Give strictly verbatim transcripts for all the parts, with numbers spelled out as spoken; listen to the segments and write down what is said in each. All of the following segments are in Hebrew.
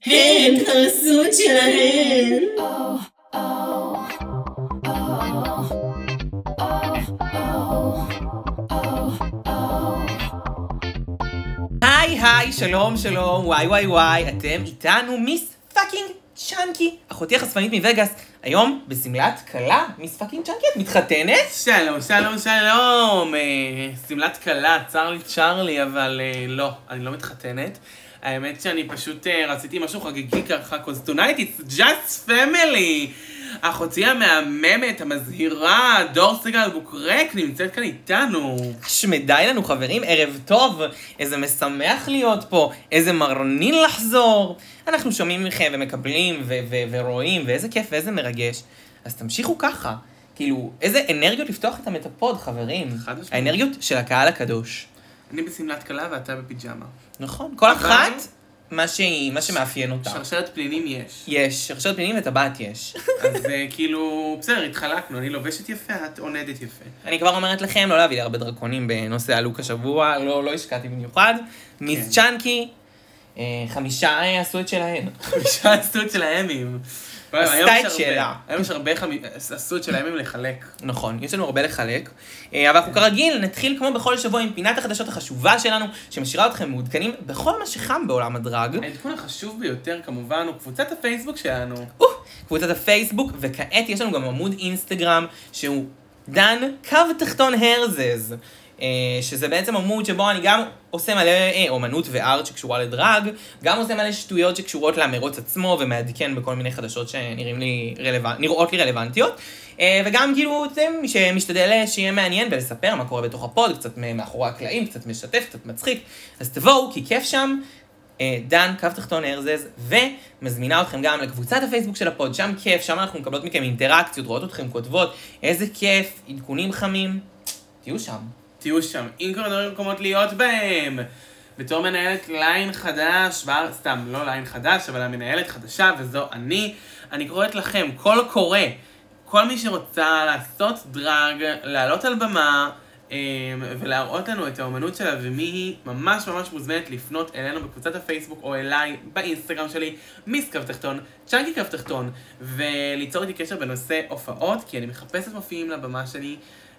הן חסות שלהן. היי היי, שלום שלום, וואי וואי וואי, אתם איתנו מיס פאקינג צ'אנקי, אחותי החשפנית מווגאס. היום בסמלת כלה, מיס פאקינג צ'אנקי, את מתחתנת? שלום, שלום, שלום. אה, סמלת כלה, צר לי צ'רלי, אבל אה, לא, אני לא מתחתנת. האמת שאני פשוט אה, רציתי משהו חגיגי ככה, cause tonight it's just family. אחותי המהממת, המזהירה, דור סגל בוקרק, נמצאת כאן איתנו. שמדי לנו חברים, ערב טוב, איזה משמח להיות פה, איזה מרנין לחזור. אנחנו שומעים מכם ומקבלים ו- ו- ורואים, ואיזה כיף ואיזה מרגש. אז תמשיכו ככה, כאילו, איזה אנרגיות לפתוח את המטפוד, חברים. חד משמעית. האנרגיות של הקהל הקדוש. אני בסמלת כלה ואתה בפיג'מה. נכון, כל אבל- אחת, מה, שהיא, מה שמאפיין אותה. שרשרת פנינים יש. יש, שרשרת פנינים וטבעת יש. אז אה, כאילו, בסדר, התחלקנו, אני לובשת יפה, את עונדת יפה. אני כבר אומרת לכם, לא להביא לי הרבה דרקונים בנושא הלוק השבוע, לא, לא השקעתי במיוחד. מיס כן. צ'אנקי, אה, חמישה אה, עשו את שלהן. חמישה עשו את של הימים. עשתה את שלה. היום יש הרבה חמי- עשו את של הימים לחלק. נכון, יש לנו הרבה לחלק, אה, אבל אנחנו כרגיל נתחיל כמו בכל שבוע עם פינת החדשות החשובה שלנו, שמשאירה אתכם מעודכנים בכל מה שחם בעולם הדרג. העדכון החשוב ביותר כמובן הוא קבוצת הפייסבוק שלנו. או, קבוצת הפייסבוק, וכעת יש לנו גם עמוד אינסטגרם שהוא דן קו תחתון הרזז, אה, שזה בעצם עמוד שבו אני גם עושה מלא אה, אומנות וארט שקשורה לדרג, גם עושה מלא שטויות שקשורות למרוץ עצמו ומעדכן בכל מיני חדשות שנראים לי רלוונט, נראות לי רלוונטיות, אה, וגם כאילו זה מי שמשתדל שיהיה מעניין ולספר מה קורה בתוך הפוד, קצת מאחורי הקלעים, קצת משתף, קצת מצחיק, אז תבואו כי כיף שם. דן, קו תחתון הרזז, ומזמינה אתכם גם לקבוצת הפייסבוק של הפוד, שם כיף, שם אנחנו מקבלות מכם אינטראקציות, רואות אתכם כותבות, איזה כיף, עדכונים חמים, תהיו שם. תהיו שם, אם כבר נראה מקומות להיות בהם. בתור מנהלת ליין חדש, בר... סתם, לא ליין חדש, אבל המנהלת חדשה, וזו אני. אני קוראת לכם, כל קורא, כל מי שרוצה לעשות דרג, לעלות על במה, ולהראות לנו את האומנות שלה ומי היא, ממש ממש מוזמנת לפנות אלינו בקבוצת הפייסבוק או אליי באינסטגרם שלי, מיס קו תחתון, צ'אנקי קו תחתון, וליצור איתי קשר בנושא הופעות, כי אני מחפשת מופיעים לבמה שלי.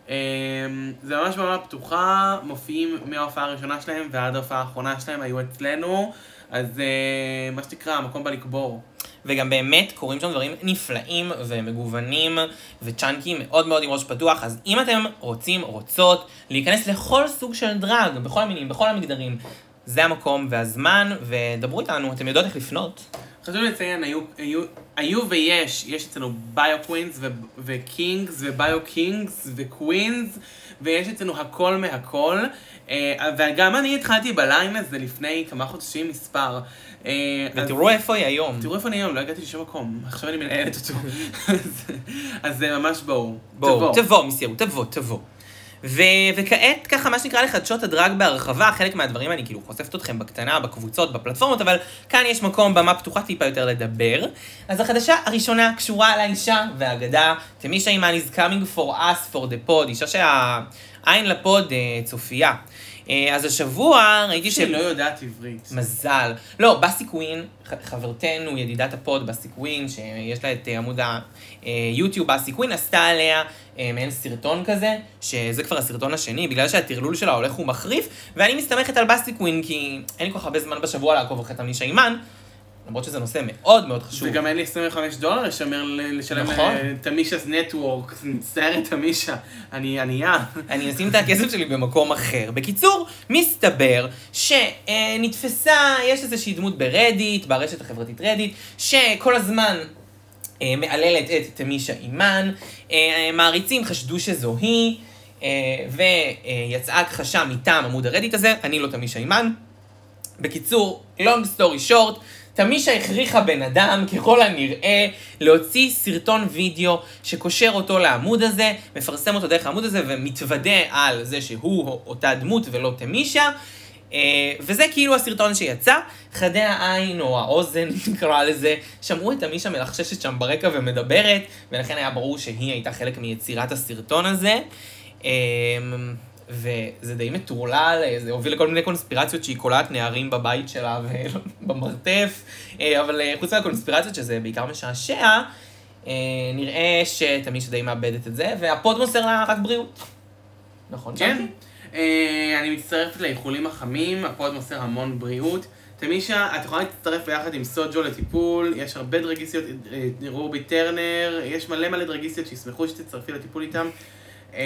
זה ממש במה פתוחה, מופיעים מההופעה הראשונה שלהם ועד ההופעה האחרונה שלהם היו אצלנו, אז מה שתקרא, המקום בא לקבור. וגם באמת קורים שם דברים נפלאים ומגוונים וצ'אנקי מאוד מאוד עם ראש פתוח, אז אם אתם רוצים, רוצות להיכנס לכל סוג של דרג, בכל המינים, בכל המגדרים, זה המקום והזמן, ודברו איתנו, אתם יודעות איך לפנות. חשוב לציין, היו, היו, היו ויש, יש אצלנו ביו קווינס וקינגס וביו קינגס וקווינס, ויש אצלנו הכל מהכל, וגם אני התחלתי בליין הזה לפני כמה חודשים מספר. ותראו איפה היא היום. תראו איפה אני היום, לא הגעתי לשום מקום, עכשיו אני מנהלת אותו. אז זה ממש בואו. בואו, תבוא, מסיירו, תבוא, תבוא. ו- וכעת ככה מה שנקרא לחדשות הדרג בהרחבה, חלק מהדברים אני כאילו חושפת אתכם בקטנה, בקבוצות, בפלטפורמות, אבל כאן יש מקום במה פתוחה טיפה יותר לדבר. אז החדשה הראשונה קשורה לאישה והאגדה, תמישה אימן is coming for us for the pod, אישה שהעין לפוד צופיה. אז השבוע ראיתי ש... שלא יודעת עברית. מזל. לא, בסי קווין, חברתנו, ידידת הפוד בסי קווין, שיש לה את עמוד היוטיוב בסי קווין, עשתה עליה מעין סרטון כזה, שזה כבר הסרטון השני, בגלל שהטרלול שלה הולך ומחריף, ואני מסתמכת על בסי קווין, כי אין לי כל כך הרבה זמן בשבוע לעקוב אחרי תמישה אימן, למרות שזה נושא מאוד מאוד חשוב. וגם אין לי עשרים וחמישה דולר לשמר, לשלם נכון. תמישה's נטוורק, מצטערת תמישה, אני ענייה. אני אשים את הכסף שלי במקום אחר. בקיצור, מסתבר שנתפסה, יש איזושהי דמות ברדיט, ברשת החברתית רדיט, שכל הזמן אה, מעללת את תמישה אימן, אה, מעריצים חשדו שזו היא, אה, ויצאה הכחשה מטעם עמוד הרדיט הזה, אני לא תמישה אימן. בקיצור, long story short, תמישה הכריחה בן אדם ככל הנראה להוציא סרטון וידאו שקושר אותו לעמוד הזה, מפרסם אותו דרך העמוד הזה ומתוודא על זה שהוא אותה דמות ולא תמישה, וזה כאילו הסרטון שיצא. חדי העין או האוזן נקרא לזה, שמעו את תמישה מלחששת שם ברקע ומדברת, ולכן היה ברור שהיא הייתה חלק מיצירת הסרטון הזה. וזה די מטורלל, זה הוביל לכל מיני קונספירציות שהיא קולעת נערים בבית שלה ובמרתף, אבל חוץ מהקונספירציות שזה בעיקר משעשע, נראה שתמישה די מאבדת את זה, והפוד מוסר לה רק בריאות. נכון, כן. אני מצטרפת לאיחולים החמים, הפוד מוסר המון בריאות. תמישה, את יכולה להצטרף ביחד עם סוג'ו לטיפול, יש הרבה דרגיסיות, רובי טרנר, יש מלא מלא דרגיסיות שישמחו שתצטרפי לטיפול איתם. איי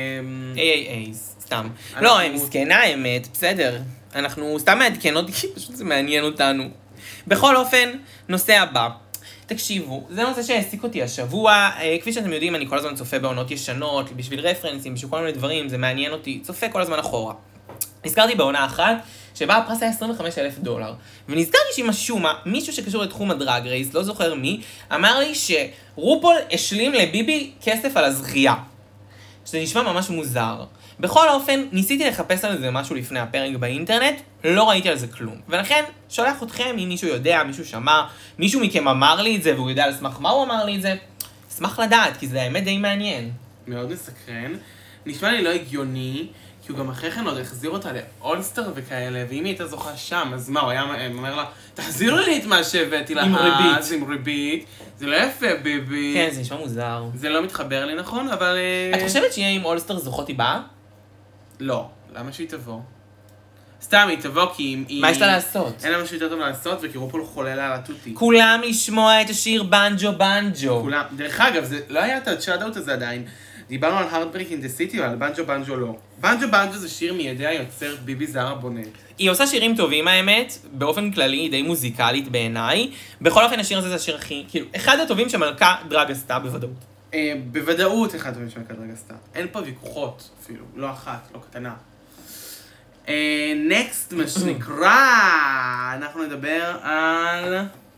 איי איי, סתם. לא, מסכנה האמת, בסדר. אנחנו סתם מעדכנות, כי פשוט זה מעניין אותנו. בכל אופן, נושא הבא. תקשיבו, זה נושא שהעסיק אותי השבוע, כפי שאתם יודעים, אני כל הזמן צופה בעונות ישנות, בשביל רפרנסים, בשביל כל מיני דברים, זה מעניין אותי, צופה כל הזמן אחורה. נזכרתי בעונה אחת, שבה הפרס היה עשרים וחמישה אלף דולר, ונזכרתי שמשום מה, מישהו שקשור לתחום הדרג רייס, לא זוכר מי, אמר לי שרופול השלים לביבי כסף על הזכייה. שזה נשמע ממש מוזר. בכל אופן, ניסיתי לחפש על זה משהו לפני הפרק באינטרנט, לא ראיתי על זה כלום. ולכן, שולח אתכם אם מישהו יודע, מישהו שמע, מישהו מכם אמר לי את זה, והוא יודע על סמך מה הוא אמר לי את זה, אשמח לדעת, כי זה האמת די מעניין. מאוד מסקרן. נשמע לי לא הגיוני, כי הוא גם אחרי כן עוד החזיר אותה לאולסטר וכאלה, ואם היא הייתה זוכה שם, אז מה, הוא היה אומר לה, תחזירו לי את מה שהבאתי לה, עם ריבית. אז עם ריבית. זה לא יפה, ביבי. כן, זה נשמע מוזר. זה לא מתחבר לי נכון, אבל... את חושבת שיהיה עם אולסטר זוכות היא באה? לא. למה שהיא תבוא? סתם, היא תבוא כי היא... מה יש לה לעשות? אין לה משהו יותר טוב לעשות, וכי רופול חולה לה על התותי. כולם לשמוע את השיר בנג'ו בנג'ו. כולם. דרך אגב, זה לא היה את השאט-אוט הזה עדיין. דיברנו על Heartbreak in the City, אבל על בנג'ו בנג'ו לא. בנג'ו בנג'ו זה שיר מידי היוצר ביבי זרה בונט. היא עושה שירים טובים האמת, באופן כללי היא די מוזיקלית בעיניי. בכל אופן השיר הזה זה השיר הכי, כאילו, אחד הטובים שמלכה דרג עשתה בוודאות. אה, בוודאות אחד הטובים שמלכה דרג עשתה. אין פה ויכוחות אפילו, לא אחת, לא קטנה. אה, נקסט, מה שנקרא, אנחנו נדבר על...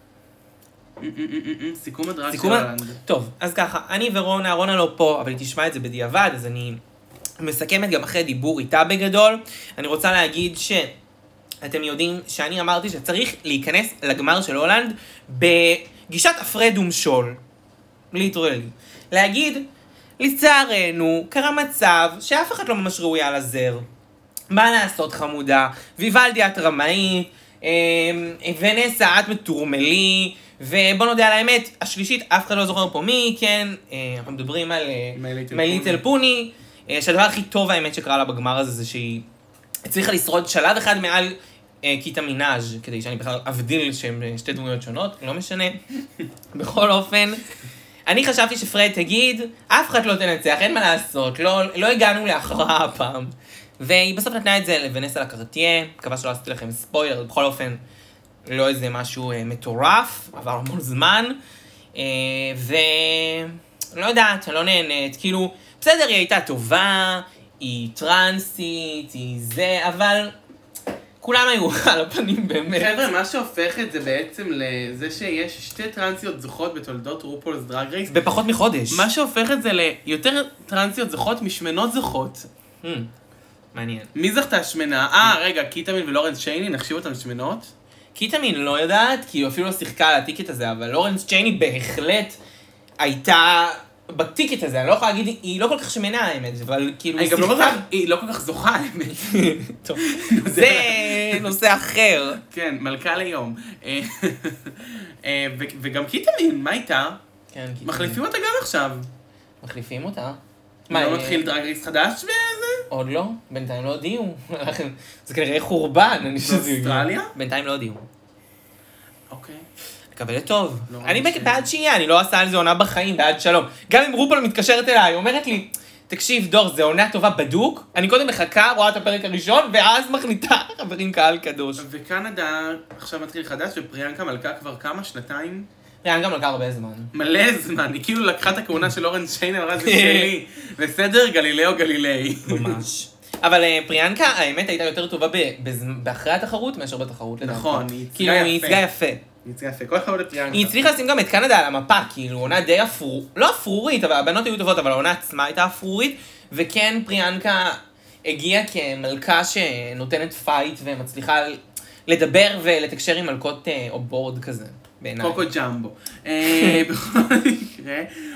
סיכום הדרג של הולנד. טוב, אז ככה, אני ורונה, רונה לא פה, אבל היא תשמע את זה בדיעבד, אז אני מסכמת גם אחרי דיבור איתה בגדול. אני רוצה להגיד שאתם יודעים שאני אמרתי שצריך להיכנס לגמר של הולנד בגישת הפרד ומשול. ליטרלי. להגיד, לצערנו, קרה מצב שאף אחד לא ממש ראויה לזר. מה לעשות חמודה? ויוולדי את רמאית, ונסה את מטורמלי, ובוא נודע על האמת, השלישית, אף אחד לא זוכר פה מי, כן, אנחנו מדברים על מייליטל פוני, שהדבר הכי טוב האמת שקרה לה בגמר הזה, זה שהיא הצליחה לשרוד שלב אחד מעל קיטה מינאז', כדי שאני בכלל אבדיל שהם שתי דמויות שונות, לא משנה. בכל אופן, אני חשבתי שפרד תגיד, אף אחד לא תנצח, אין מה לעשות, לא, לא הגענו להכרעה הפעם. והיא בסוף נתנה את זה לבנסה לקרטיה, מקווה שלא עשיתי לכם ספוילר, בכל אופן, לא איזה משהו אה, מטורף, עבר המון זמן, אה, ולא יודעת, אני לא נהנית, כאילו, בסדר, היא הייתה טובה, היא טרנסית, היא זה, אבל כולם היו על הפנים באמת. חבר'ה, מה שהופך את זה בעצם לזה שיש שתי טרנסיות זוכות בתולדות רופול's דרג רייס, בפחות מחודש. מה שהופך את זה ליותר טרנסיות זוכות משמנות זוכות. Hmm, מעניין. מי זכתה שמנה? אה, רגע, קיטמין ולורנס צ'ייני, נחשיב אותן שמנות? קיטמין לא יודעת, כי היא אפילו לא שיחקה על הטיקט הזה, אבל לורנס צ'ייני בהחלט הייתה בטיקט הזה, אני לא יכולה להגיד, היא לא כל כך שמנה האמת, אבל כאילו היא שיחקה... היא לא כל כך זוכה האמת. טוב, זה נושא אחר. כן, מלכה ליום. וגם קיטמין, מה איתה? כן, קיטמין. מחליפים אותה גם עכשיו. מחליפים אותה? לא מתחיל דרג רייס חדש וזה? עוד לא, בינתיים לא הודיעו. זה כנראה חורבן. באוסטרליה? בינתיים לא הודיעו. אוקיי. מקבל טוב. אני בעד שיהיה, אני לא עושה על זה עונה בחיים, בעד שלום. גם אם רופול מתקשרת אליי, אומרת לי, תקשיב דור, זה עונה טובה בדוק, אני קודם מחכה, רואה את הפרק הראשון, ואז מחליטה, חברים, קהל קדוש. וקנדה עכשיו מתחיל חדש, ופריאנקה מלכה כבר כמה? שנתיים? פריאנקה מלכה הרבה זמן. מלא זמן, היא כאילו לקחה את הכהונה של לורנס צ'ייני, אמרה זה שלי. בסדר, גלילאו גלילי. ממש. אבל פריאנקה, האמת, הייתה יותר טובה באחרי התחרות מאשר בתחרות לדעתי. נכון, היא כאילו, היא ייצגה יפה. היא ייצגה יפה, כל הכבוד לפריאנקה. היא הצליחה לשים גם את קנדה על המפה, כאילו, עונה די אפרורית, לא אפרורית, אבל הבנות היו טובות, אבל העונה עצמה הייתה אפרורית, וכן פריאנקה הגיעה כמלכה שנותנת פייט ומצליחה לדבר ולתקשר עם מלכות או בורד כזה, בעיניי. קוקו ג'מבו. בכל מקרה,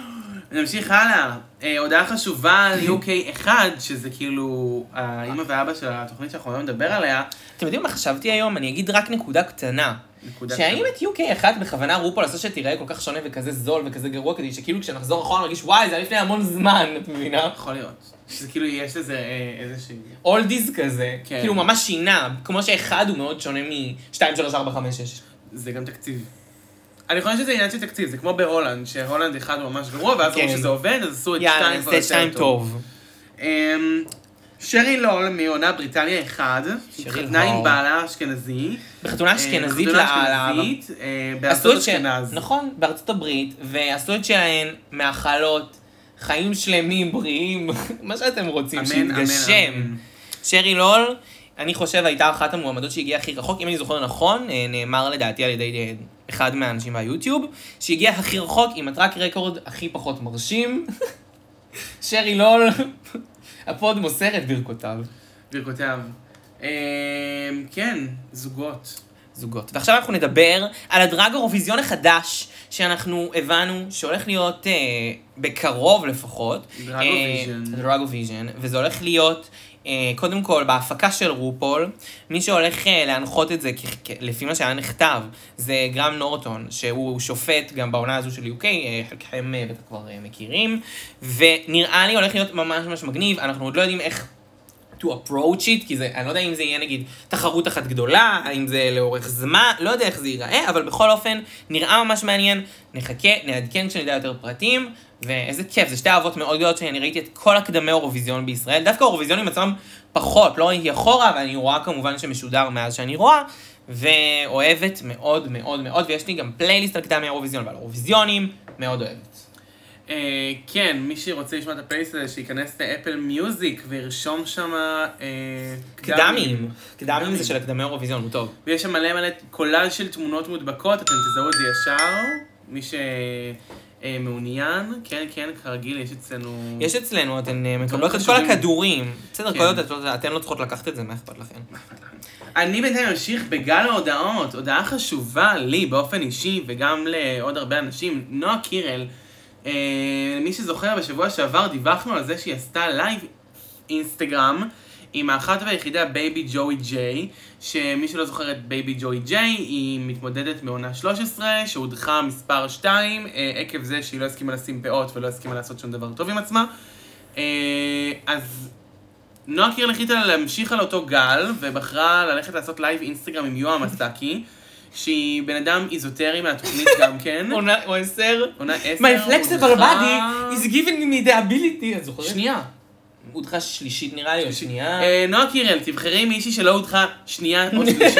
נמשיך הלאה. אה, הודעה חשובה על יו קיי אחד, שזה כאילו האמא ואבא של התוכנית שאנחנו היום נדבר עליה. אתם יודעים מה חשבתי היום? אני אגיד רק נקודה קטנה. נקודה שהאם קטנה. את יו קיי אחד בכוונה רופול לעשות שתראה כל כך שונה וכזה זול וכזה גרוע, כדי שכאילו כשנחזור אחורה נרגיש וואי, זה היה לפני המון זמן, את מבינה? יכול להיות. שזה כאילו יש לזה אה, איזושהי... אולדיז כזה, כן. כאילו ממש שינה, כמו שאחד הוא מאוד שונה מ-שתיים, שלוש, ארבע, חמש, שש. זה גם תקציב. אני חושב שזה עניין של תקציב, זה כמו בהולנד, שהולנד אחד הוא ממש גרוע, ואז כן. ראו שזה עובד, אז עשו את יאללה, שתיים כבר נעשה שתיים טוב. אמ, שרי לול מעונה בריטניה אחד, שרי התחתנה עם לול. בעלה האשכנזי. בחתונה אשכנזית בחתונה לאללה. אשכנזית, אה, עשו בארצות את ש... אשכנז. נכון, בארצות הברית, ועשו את שלהן מאכלות, חיים שלמים, בריאים, מה שאתם רוצים, אמן, אמן, שיתגשם. אמן. שרי לול, אני חושב, הייתה אחת המועמדות שהגיעה הכי רחוק, אם אני זוכר נכון, אה, נאמר לדעתי על ידי אה, אחד מהאנשים ביוטיוב, שהגיע הכי רחוק עם הטרק רקורד הכי פחות מרשים. שרי לול, הפוד מוסר את ברכותיו. ברכותיו. אמ, כן, זוגות. זוגות. ועכשיו אנחנו נדבר על הדרג האירוויזיון החדש, שאנחנו הבנו שהולך להיות אה, בקרוב לפחות. דרגוויז'ן. אה, דרגוויז'ן, וזה הולך להיות, אה, קודם כל, בהפקה של רופול, מי שהולך אה, להנחות את זה, כ- כ- לפי מה שהיה נכתב, זה גרם נורטון, שהוא שופט גם בעונה הזו של יו קיי, אה, חלקכם אה, בטח כבר אה, מכירים, ונראה לי הולך להיות ממש ממש מגניב, אנחנו עוד לא יודעים איך to approach it, כי זה, אני לא יודע אם זה יהיה נגיד תחרות אחת גדולה, האם זה לאורך זמן, לא יודע איך זה ייראה, אבל בכל אופן נראה ממש מעניין, נחכה, נעדכן כשנדע יותר פרטים, ואיזה כיף, זה שתי אהבות מאוד גדולות שאני ראיתי את כל הקדמי אירוויזיון בישראל, דווקא אירוויזיונים עצמם פחות, לא ראיתי אחורה, ואני רואה כמובן שמשודר מאז שאני רואה, ואוהבת מאוד מאוד מאוד, ויש לי גם פלייליסט על קדמי אירוויזיון ועל אירוויזיונים, מאוד אוהבת. אה, כן, מי שרוצה לשמוע את הפלייסט הזה, שייכנס לאפל מיוזיק וירשום שם אה, קדמים, קדמים זה של הקדמי אירוויזיון, הוא טוב. ויש שם מלא מלא קולאז' של תמונות מודבקות, אתם תזהו את זה ישר, מי שמעוניין, כן, כן, כרגיל, יש אצלנו... יש אצלנו, אתן אה, מקבלות את כל חשובים. הכדורים. בסדר, כן. כל עוד אתן- אתן לא צריכות לקחת את זה, מה אכפת לכם? אני בינתיים אמשיך בגל ההודעות, הודעה חשובה לי באופן אישי וגם לעוד הרבה אנשים, נועה קירל, אה, מי שזוכר בשבוע שעבר דיווחנו על זה שהיא עשתה לייב אינסטגרם עם האחת והיחידה בייבי ג'וי ג'יי, שמי שלא זוכר את בייבי ג'וי ג'יי היא מתמודדת מעונה שלוש עשרה שהודחה מספר שתיים אה, עקב זה שהיא לא הסכימה לשים פאות ולא הסכימה לעשות שום דבר טוב עם עצמה. אה, אז נועה קירל החליטה להמשיך על אותו גל, ובחרה ללכת לעשות לייב אינסטגרם עם יואם מסטקי, שהיא בן אדם איזוטרי מהתוכנית גם כן. עונה עשר. עונה עשר. My flexible הודחה- body is giving me the ability. את זוכרת? שנייה. הודחה שלישית נראה לי, או שנייה. אה, נועה קירל, תבחרי מישהי שלא הודחה שנייה או שלישית.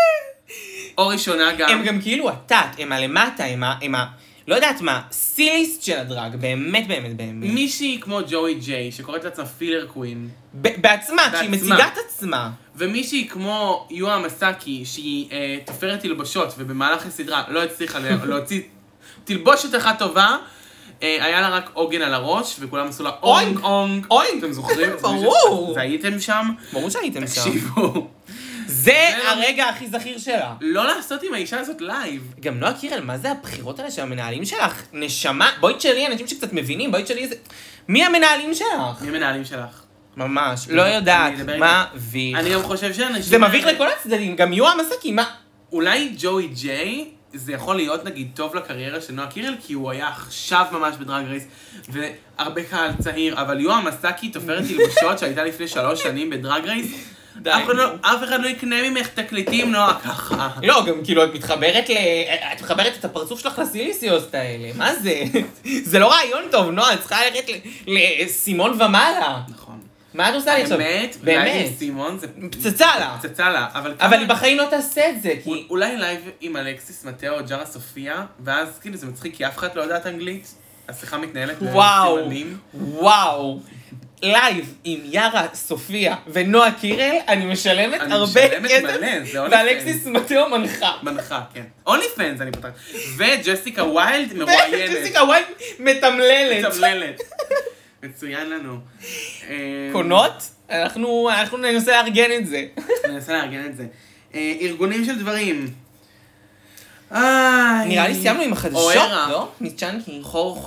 או ראשונה גם. הם גם כאילו התת, הם הלמטה, הם ה... הם ה- לא יודעת מה, סיליסט של הדרג, באמת באמת באמת. מישהי כמו ג'וי ג'יי, שקוראת לעצמה פילר קווין. ב- בעצמה, כשהיא בעצמה. מציגה את עצמה. ומישהי כמו יואה מסאקי, שהיא אה, תופרת תלבושות, ובמהלך הסדרה לא הצליחה לה- להוציא תלבושת אחת טובה, אה, היה לה רק עוגן על הראש, וכולם עשו לה אונג אונג. אונג. אונג. אתם זוכרים? ברור. זה הייתם שם? ברור שהייתם שם. תקשיבו. זה לא- הרגע הכי זכיר שלה. לא לעשות עם האישה הזאת לייב. גם נועה קירל, מה זה הבחירות האלה של המנהלים שלך? נשמה, בואי תשאלי אנשים שקצת מבינים, בואי תשאלי איזה... מי המנהלים שלך? מי המנהלים שלך? ממש, לא יודעת, אני אדבר מה מביך. אני גם חושב שאנשים... זה מביך לכל הצדדים, גם יואם מסאקי, מה? אולי ג'וי ג'יי, זה יכול להיות נגיד טוב לקריירה של נועה קירל, כי הוא היה עכשיו ממש בדרג רייס, והרבה קהל צעיר, אבל יואם מסאקי תופרת תלבושות שהייתה לפני שלוש שנים בדרג רייס, די. אף אחד לא- אף אחד לא יקנה ממך תקליטים, נועה, ככה. לא, גם כאילו את מתחברת ל... את מחברת את הפרצוף שלך לסיליסיוס האלה, מה זה? זה לא רעיון טוב, נועה, את צריכה ללכת ל- לסימון ומעלה. נכון. מה את עושה לי עכשיו? האמת, באמת. לייב עם סימון זה פצצה לה. פצצה לה, אבל... אבל כמה- היא בחיים לא תעשה את זה, כי... אולי לייב עם אלכסיס מטאו או ג'רה סופיה, ואז כאילו זה מצחיק כי אף אחד לא יודעת אנגלית, השיחה מתנהלת וואו, בסימנים. וואו. לייב עם יארה, סופיה ונועה קירל, אני משלמת אני הרבה משלמת כסף, מלא, זה אונלי ואלכסיס מטאו מנחה. מנחה, כן. אונלי פנס אני פותחת. וג'סיקה ויילד מרואיינת. ג'סיקה וויילד מתמללת. מתמללת. מצוין לנו. אה, קונות? אנחנו אנחנו ננסה לארגן את זה. אני אנסה לארגן את זה. אה, ארגונים של דברים. איי. נראה לי סיימנו עם החדשות, אוהרה. לא? מצ'אנקי. חורכה.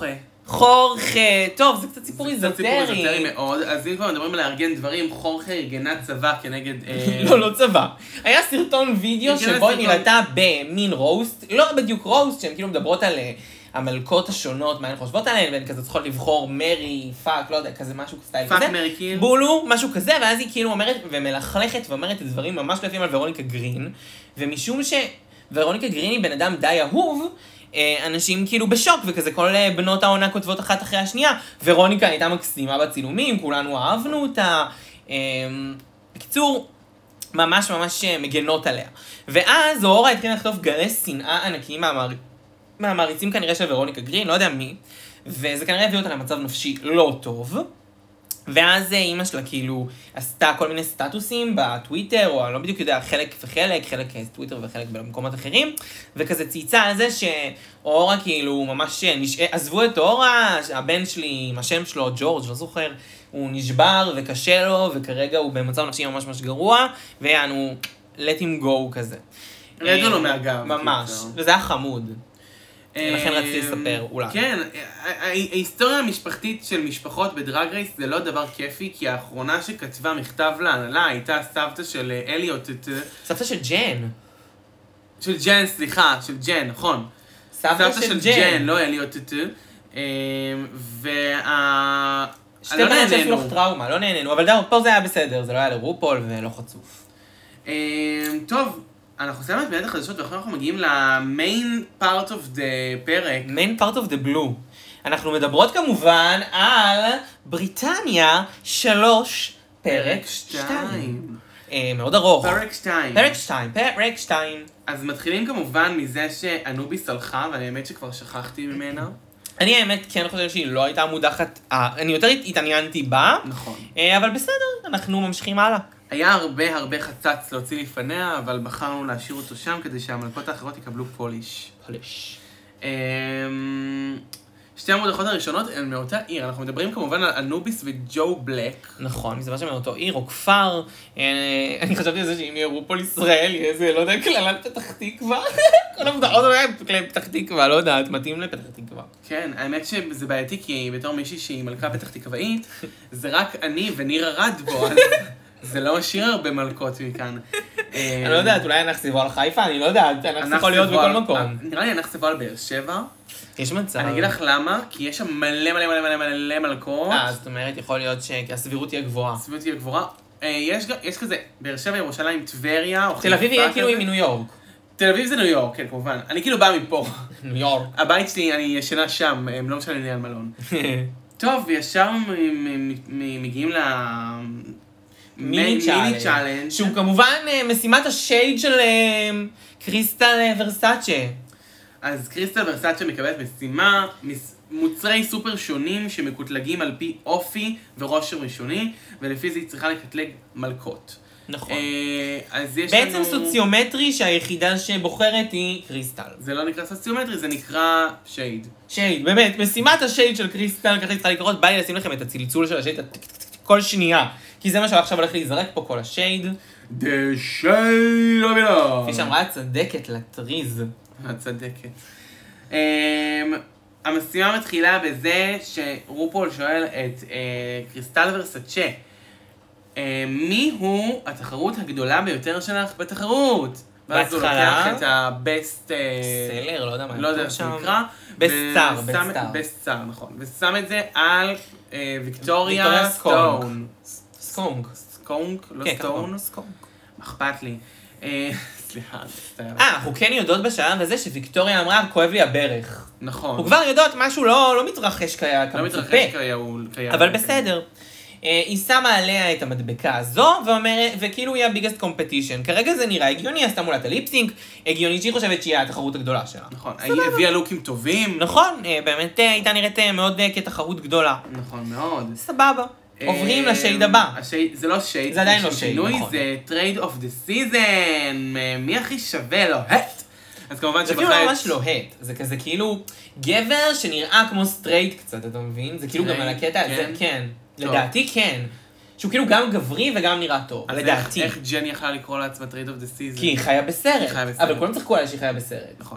חורכה, טוב, זה קצת סיפור זה קצת סיפור איזוטרי. איזוטרי מאוד, אז אם כבר מדברים על לארגן דברים, חורכה ארגנה צבא כנגד... לא, לא צבא. היה סרטון וידאו ארגנה שבו היא סרטון. נראתה במין רוסט, לא בדיוק רוסט, שהן כאילו מדברות על אה, המלכות השונות, מה הן חושבות עליהן, והן כזה צריכות לבחור מרי, פאק, לא יודע, כזה משהו סטייל כזה. פאק מרי קיל. בולו, משהו כזה, ואז היא כאילו אומרת ומלכלכת ואומרת את דברים ממש לפים על ורוניקה גרין, ומשום שוורוניקה גרין היא בן אדם די אהוב, אנשים כאילו בשוק, וכזה כל בנות העונה כותבות אחת אחרי השנייה. ורוניקה הייתה מקסימה בצילומים, כולנו אהבנו אותה. בקיצור, ממש ממש מגנות עליה. ואז אורה התחילה לכתוב גלי שנאה ענקיים מהמער... מהמעריצים כנראה של ורוניקה גרין, לא יודע מי, וזה כנראה הביא אותה למצב נפשי לא טוב. ואז אימא שלה כאילו עשתה כל מיני סטטוסים בטוויטר, או אני לא בדיוק יודע, חלק וחלק, חלק טוויטר וחלק במקומות אחרים, וכזה צייצה על זה שאורה כאילו ממש נש... עזבו את אורה, הבן שלי, עם השם שלו, ג'ורג', לא זוכר, הוא נשבר וקשה לו, וכרגע הוא במצב נפשי ממש ממש גרוע, ויענו, let him go כזה. רדו לו מהגב. ממש, וזה היה חמוד. לכן רציתי לספר, אולי. כן, ההיסטוריה המשפחתית של משפחות בדרג רייס זה לא דבר כיפי, כי האחרונה שכתבה מכתב להנהלה הייתה סבתא של אליוט. סבתא של ג'ן. של ג'ן, סליחה, של ג'ן, נכון. סבתא של ג'ן. לא אליוט. וה... שתי בנות שעשו לך טראומה, לא נהנינו, אבל פה זה היה בסדר, זה לא היה לרופול ולא חצוף. טוב. אנחנו סיימת מיד החדשות, ואחרי אנחנו מגיעים למיין פארט אוף דה פרק. מיין פארט אוף דה בלו. אנחנו מדברות כמובן על בריטניה שלוש, פרק שתיים. מאוד ארוך. פרק שתיים. פרק שתיים, פרק שתיים. אז מתחילים כמובן מזה שאנוביס הלכה, ואני האמת שכבר שכחתי ממנה. אני האמת כן חושב שהיא לא הייתה מודחת, אני יותר התעניינתי בה. נכון. אבל בסדר, אנחנו ממשיכים הלאה. היה הרבה הרבה חצץ להוציא לפניה, אבל בחרנו להשאיר אותו שם כדי שהמלכות האחרות יקבלו פוליש. פוליש. שתי המודחות הראשונות הן מאותה עיר. אנחנו מדברים כמובן על אנוביס וג'ו בלק. נכון, מסתבר שמאותו עיר או כפר. אני חשבתי על זה שאם יהיה רופול ישראל, יהיה איזה, לא יודע, כללת פתח תקווה. כל המודעות האלה פתח תקווה, לא יודעת, מתאים לפתח תקווה. כן, האמת שזה בעייתי, כי בתור מישהי שהיא מלכה פתח תקוואית, זה רק אני וניר ארד בו, אז זה לא משאיר הרבה מלכות מכאן. אני לא יודעת, אולי אנחנו סיבו על חיפה, אני לא יודעת, אנחנו יכול להיות בכל מקום. נראה לי אנחנו סיבו על באר שבע. יש מצב. אני אגיד לך למה, כי יש שם מלא מלא מלא מלא מלא מלכות. אה, זאת אומרת, יכול להיות שהסבירות תהיה גבוהה. הסבירות תהיה גבוהה. יש כזה, באר שבע, ירושלים, טבריה, או חיפה. תל אביב יהיה כאילו היא מניו יורק. תל אביב זה ניו יורק, כן, כמובן. אני כאילו בא מפה. ניו יורק. הבית שלי, אני ישנה שם, הם לא משנה לי על מלון. טוב, וישר מגיעים ל... מיני צ'אלנג' שהוא כמובן משימת השייד של קריסטל ורסאצ'ה. אז קריסטל ורסאצ'ה מקבלת משימה, מוצרי סופר שונים שמקוטלגים על פי אופי ורושם ראשוני, ולפי זה היא צריכה לקטלג מלכות. נכון. אז יש בעצם לנו... סוציומטרי שהיחידה שבוחרת היא קריסטל. זה לא נקרא סוציומטרי, זה נקרא שייד. שייד, באמת, משימת השייד של קריסטל, ככה היא צריכה לקרות, בא לי לשים לכם את הצלצול של השייד כל שנייה. כי זה מה שעכשיו הולך להיזרק פה כל השייד. The shade of it all. כפי שאמרה הצדקת לטריז. הצדקת. המשימה מתחילה בזה שרופול שואל את קריסטל ורסאצ'ה, מי הוא התחרות הגדולה ביותר שלך בתחרות? ואז הוא לוקח את הבסט... סלר, לא יודע מה. לא יודע איך זה נקרא. בסט סטאר, בסט סטאר. בסט סטאר, נכון. ושם את זה על ויקטוריה סטון. סקונק. סקונק? לא סטון? סקונק. אכפת לי. סליחה, מצטער. אה, אנחנו כן יודעות בשלב הזה שוויקטוריה אמרה, כואב לי הברך. נכון. אנחנו כבר יודעות משהו לא מתרחש כמצופה. לא מתרחש כמצופה. אבל בסדר. היא שמה עליה את המדבקה הזו, וכאילו היא הביגסט קומפטישן. כרגע זה נראה הגיוני, עשתה מולה את הליפסינק, הגיוני שהיא חושבת שהיא התחרות הגדולה שלה. נכון, היא הביאה לוקים טובים. נכון, באמת הייתה נראית מאוד כתחרות גדולה. נכון, מאוד. סבבה. עוברים לשייד הבא. זה לא שייד, זה עדיין לא שייד, נכון. זה טרייד אוף דה סיזן, מי הכי שווה לו? הט! אז כמובן זה כאילו ממש לא הט, זה כזה כאילו גבר שנראה כמו סטרייט קצת, אתה מבין? זה כאילו גם על הקטע הזה, כן. לדעתי כן. שהוא כאילו גם גברי וגם נראה טוב, לדעתי. איך ג'ני יכלה לקרוא לעצמה טרייד אוף דה סיזן? כי היא חיה בסרט. אבל כולם צחקו עליה שהיא חיה בסרט. נכון.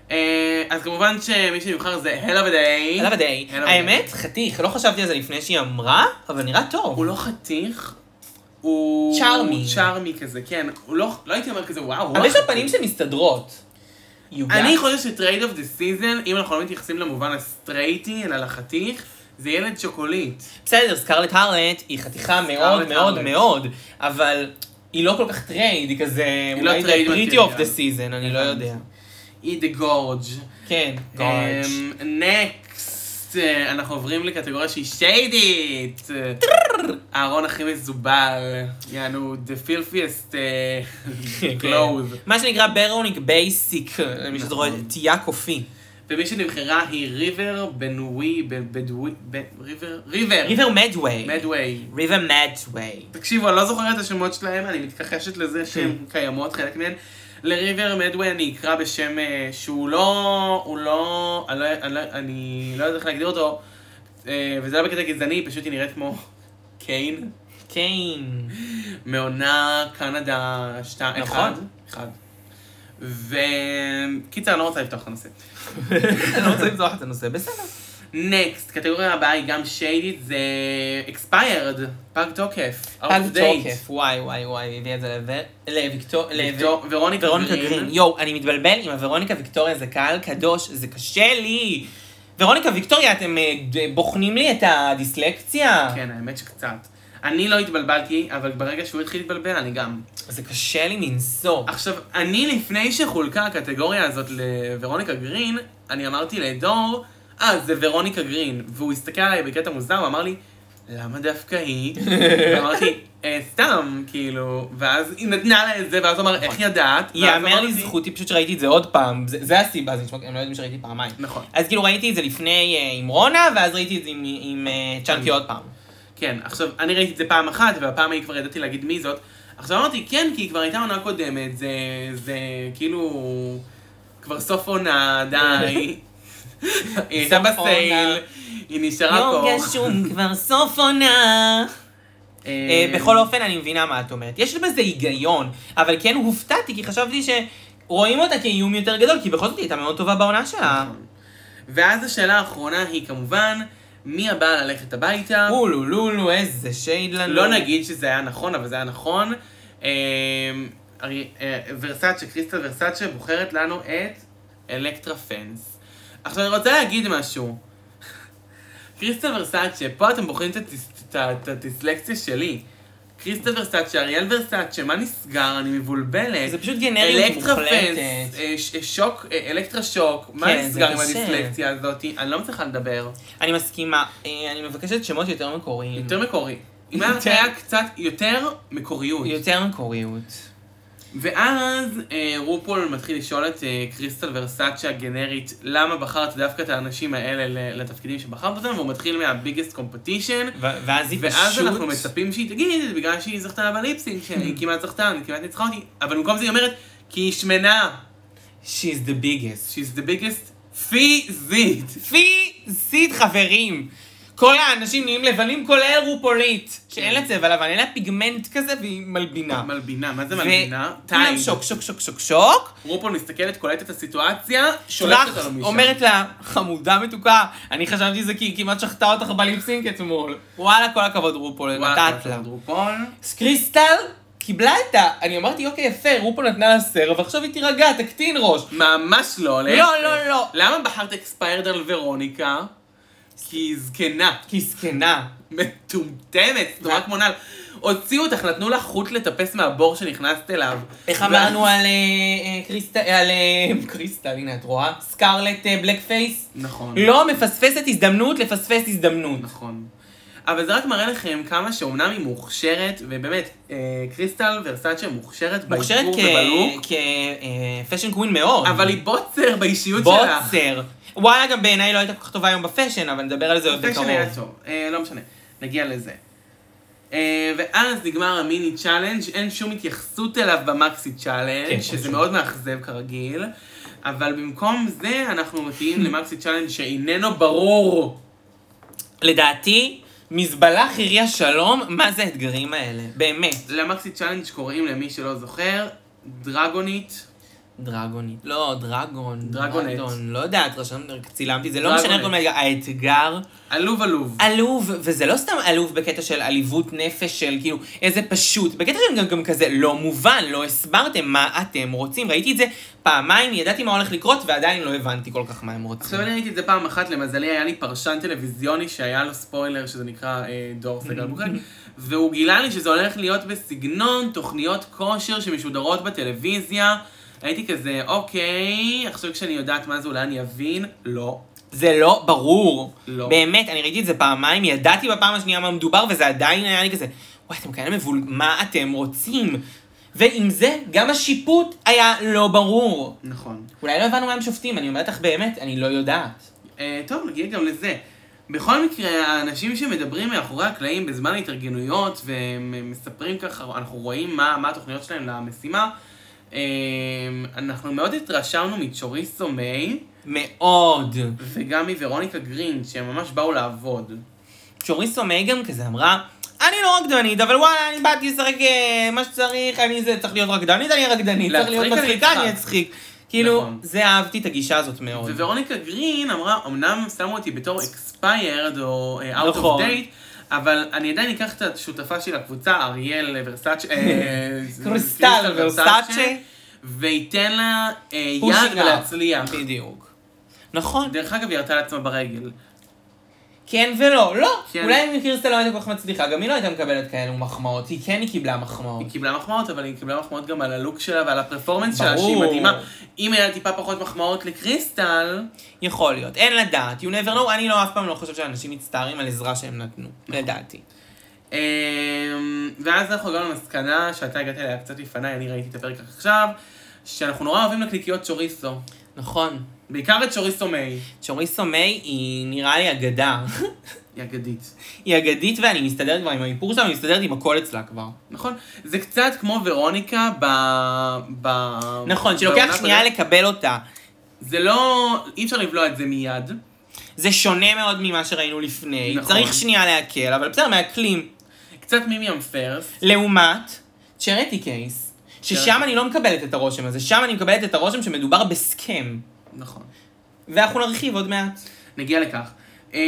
אז כמובן שמי שנבחר זה Hell of a Day. Hell of a Day. האמת, חתיך, לא חשבתי על זה לפני שהיא אמרה, אבל נראה טוב. הוא לא חתיך, הוא... צ'ארמי. צ'ארמי כזה, כן. הוא לא, לא הייתי אומר כזה, וואו. אבל יש לו פנים שמסתדרות. אני חושב שטרייד אוף דה סיזן, אם אנחנו לא מתייחסים למובן הסטרייטי, אלא לחתיך, זה ילד שוקולית. בסדר, סקרלט הרלט היא חתיכה מאוד מאוד מאוד, אבל היא לא כל כך טרייד, היא כזה, אולי זה פריטי אוף דה סיזן, אני לא יודע. היא דה גורג'. כן, גורג'. נקסט, אנחנו עוברים לקטגוריה שהיא שיידית. הארון הכי מזובל, יענו, the filthiest clothes. מה שנקרא ברוניק בייסיק, מי שזוכר, תייה קופי. ומי שנבחרה היא ריבר בנווי, בדווי, ריבר, ריבר. ריבר מדווי. מדווי. ריבר מדווי. תקשיבו, אני לא זוכרת את השמות שלהם, אני מתכחשת לזה שהן קיימות, חלק מהן. לריבר מדווי אני אקרא בשם שהוא לא, הוא לא, אני לא, אני לא, אני לא יודע איך להגדיר אותו, וזה לא בקטע גזעני, פשוט היא נראית כמו קיין. קיין. מעונה קנדה שתיים, אחד. אחד. וקיצר, אני לא רוצה לפתוח את הנושא. אני לא רוצה לפתוח את הנושא, בסדר. נקסט, קטגוריה הבאה היא גם שיידית, זה expired, פג תוקף. פג תוקף, וואי וואי וואי, הביא את זה לוויקטור... ורוניקה גרין. יואו, אני מתבלבל עם הוורוניקה ויקטוריה, זה קהל קדוש, זה קשה לי. ורוניקה ויקטוריה, אתם בוחנים לי את הדיסלקציה? כן, האמת שקצת. אני לא התבלבלתי, אבל ברגע שהוא התחיל להתבלבל, אני גם. זה קשה לי מנסור. עכשיו, אני לפני שחולקה הקטגוריה הזאת לוורוניקה גרין, אני אמרתי לדור, אה, זה ורוניקה גרין, והוא הסתכל עליי בקטע מוזר, הוא אמר לי, למה דווקא היא? ואמרתי, סתם, כאילו, ואז היא נתנה לה את זה, ואז הוא אמר, איך ידעת? יאמר לי זכותי, פשוט שראיתי את זה עוד פעם, זה הסיבה, אני לא יודעים שראיתי פעמיים. נכון. אז כאילו ראיתי את זה לפני עם רונה, ואז ראיתי את זה עם צ'אנקי עוד פעם. כן, עכשיו, אני ראיתי את זה פעם אחת, והפעם היא כבר ידעתי להגיד מי זאת. עכשיו אמרתי, כן, כי היא כבר הייתה עונה קודמת, זה, זה כאילו, כבר סוף עונה, די. היא הייתה בסייל, היא נשארה פה. יום גשום, כבר סוף עונה. בכל אופן, אני מבינה מה את אומרת. יש בזה היגיון, אבל כן הופתעתי, כי חשבתי שרואים אותה כאיום יותר גדול, כי בכל זאת היא הייתה מאוד טובה בעונה שלה. ואז השאלה האחרונה היא כמובן, מי הבא ללכת הביתה? אולו, לולו, איזה שייד לנו. לא נגיד שזה היה נכון, אבל זה היה נכון. ורסאצ'ה, קריסטל ורסאצ'ה בוחרת לנו את אלקטרה פנס. עכשיו אני רוצה להגיד משהו. קריסטל ורסאצ'ה, פה אתם בוחרים את הדיסלקציה שלי. קריסטל ורסאצ'ה, אריאל ורסאצ'ה, מה נסגר? אני מבולבלת. זה פשוט גנריות מוחלטת. אלקטרה פנס, שוק, אלקטרה שוק, מה נסגר עם הדיסלקציה הזאת? אני לא מצליחה לדבר. אני מסכימה, אני מבקשת שמות יותר מקוריים. יותר מקורי. אם היה קצת יותר מקוריות. יותר מקוריות. ואז רופול מתחיל לשאול את קריסטל ורסאצ'ה הגנרית, למה בחרת דווקא את האנשים האלה לתפקידים שבחרת אותם, והוא מתחיל מהביגסט קומפטישן, ואז היא פשוט... ואז אנחנו מצפים שהיא תגיד, בגלל שהיא זכתה בליפסינג, שהיא כמעט זכתה, אני כמעט ניצחה אותי, אבל במקום זה היא אומרת, כי היא שמנה. She's the biggest. She's the biggest פיזית. פיזית, חברים. כל האנשים נהיים לבנים, כולל רופולית, שאין לה צבע לבן, אין לה פיגמנט כזה והיא מלבינה. מלבינה, מה זה מלבינה? כולם שוק, שוק, שוק, שוק, שוק. רופול מסתכלת, קולטת את הסיטואציה, שולטת אותנו משם. אומרת לה, חמודה מתוקה, אני חשבתי זה כי היא כמעט שחטה אותך בליפסינק אתמול. וואלה, כל הכבוד רופול, נתת לה. קריסטל קיבלה את ה... אני אמרתי, אוקיי, יפה, רופול נתנה לה סר, ועכשיו היא תירגע, תקטין ראש. ממש לא, לא, לא, לא. למה בחרת אקספיירד על ורוניקה? כי היא זקנה. כי היא זקנה. מטומטמת, נורא כמו נעל. הוציאו אותך, נתנו לך חוט לטפס מהבור שנכנסת אליו. איך אמרנו על קריסטל, על קריסטל, הנה את רואה? סקרלט בלק פייס? נכון. לא מפספסת הזדמנות, לפספס הזדמנות. נכון. אבל זה רק מראה לכם כמה שאומנם היא מוכשרת, ובאמת, קריסטל ורסאצ'ה מוכשרת באיפור ובלוק. מוכשרת כפשן קווין מאוד. אבל היא בוצר באישיות שלה. בוצר. וואלה, גם בעיניי לא הייתה כל כך טובה היום בפשן, אבל נדבר על זה עוד בקרוב. בפשן היה טוב, לא משנה, נגיע לזה. ואז נגמר המיני צ'אלנג', אין שום התייחסות אליו במקסי צ'אלנג', שזה מאוד מאכזב כרגיל, אבל במקום זה אנחנו מגיעים למקסי צ'אלנג' שאיננו ברור. לדעתי, מזבלה חיריה שלום, מה זה האתגרים האלה? באמת. למקסי צ'אלנג' קוראים למי שלא זוכר, דרגונית. דרגונית. לא, דרגון. דרגונט. דרגון, לא יודעת, רשם, צילמתי, זה לא דרגונט. משנה איך קוראים לזה, האתגר. עלוב עלוב. עלוב, וזה לא סתם עלוב בקטע של עליבות נפש של כאילו איזה פשוט, בקטע של גם, גם כזה לא מובן, לא הסברתם מה אתם רוצים, ראיתי את זה פעמיים, ידעתי מה הולך לקרות ועדיין לא הבנתי כל כך מה הם רוצים. עכשיו אני ראיתי את זה פעם אחת, למזלי היה לי פרשן טלוויזיוני שהיה לו ספוילר שזה נקרא אה, דור סגל בוחק, והוא גילה לי שזה הולך להיות בסגנון תוכניות כושר שמשודרות בטלוויזיה. הייתי כזה, אוקיי, עכשיו כשאני יודעת מה זה אולי אני אבין, לא. זה לא ברור. לא. באמת, אני ראיתי את זה פעמיים, ידעתי בפעם השנייה מה מדובר, וזה עדיין היה לי כזה, וואי, אתם כאלה מבול... מה אתם רוצים? ועם זה, גם השיפוט היה לא ברור. נכון. אולי לא הבנו מה הם שופטים, אני אומרת לך באמת, אני לא יודעת. אה, טוב, נגיע גם לזה. בכל מקרה, האנשים שמדברים מאחורי הקלעים בזמן ההתארגנויות, והם מספרים ככה, אנחנו רואים מה, מה התוכניות שלהם למשימה, אה, אנחנו מאוד התרשמנו מצ'וריסו מיי, מאוד. וגם מוורוניקה גרין, שהם ממש באו לעבוד. צ'וריסו מיי גם כזה אמרה, אני לא רקדנית, אבל וואלה, אני באתי לשחק אה, מה שצריך, אני זה, צריך להיות רקדנית, אני רקדנית, צריך להיות להצחיק, אני מצחיקה, אצחק. אני אצחיק. כאילו, נכון. זה אהבתי את הגישה הזאת מאוד. וורוניקה גרין אמרה, אמנם שמו אותי בתור expired או uh, out נכון. of date, אבל אני עדיין אקח את השותפה שלי לקבוצה, אריאל ורסאצ'ה, אה, קריסטל ורסאצ'ה, וייתן לה אה, יד פושינג אפ. להצליח. בדיוק. נכון. דרך אגב, היא ירתה לעצמה ברגל. כן ולא, לא. כן. אולי אם קריסטל לא הייתה כל כך מצליחה, גם היא לא הייתה מקבלת כאלו מחמאות, היא כן היא קיבלה מחמאות. היא קיבלה מחמאות, אבל היא קיבלה מחמאות גם על הלוק שלה ועל הפרפורמנס שלה, ברור. שהיא מדהימה. אם היה טיפה פחות מחמאות לקריסטל, יכול להיות, אין לדעת, you never know, אני לא אף פעם לא חושב שאנשים מצטערים על עזרה שהם נתנו, לדעתי. אמ, ואז אנחנו הגענו למסקנה שאתה הגעת אליה קצת לפניי, אני ראיתי את הפרק עכשיו, שאנחנו נורא אוהבים לקליקיות צ'וריסו. נכון. בעיקר את צ'וריסו מיי. צ'וריסו מיי היא נראה לי אגדה. היא אגדית. היא אגדית ואני מסתדרת כבר עם האיפור שלה, אני מסתדרת עם הכל אצלה כבר. נכון? זה קצת כמו ורוניקה ב... ב... נכון, שלוקח בעונה שנייה הקודמת. לקבל אותה. זה לא... אי אפשר לבלוע את זה מיד. זה שונה מאוד ממה שראינו לפני. נכון. צריך שנייה להקל, אבל בסדר, מעכלים. קצת מימיאם פרסט. לעומת צ'רטי קייס, ששם אני לא מקבלת את הרושם הזה, שם אני מקבלת את הרושם שמדובר בסכם. נכון. ואנחנו נרחיב עוד מעט. נגיע לכך. אמ,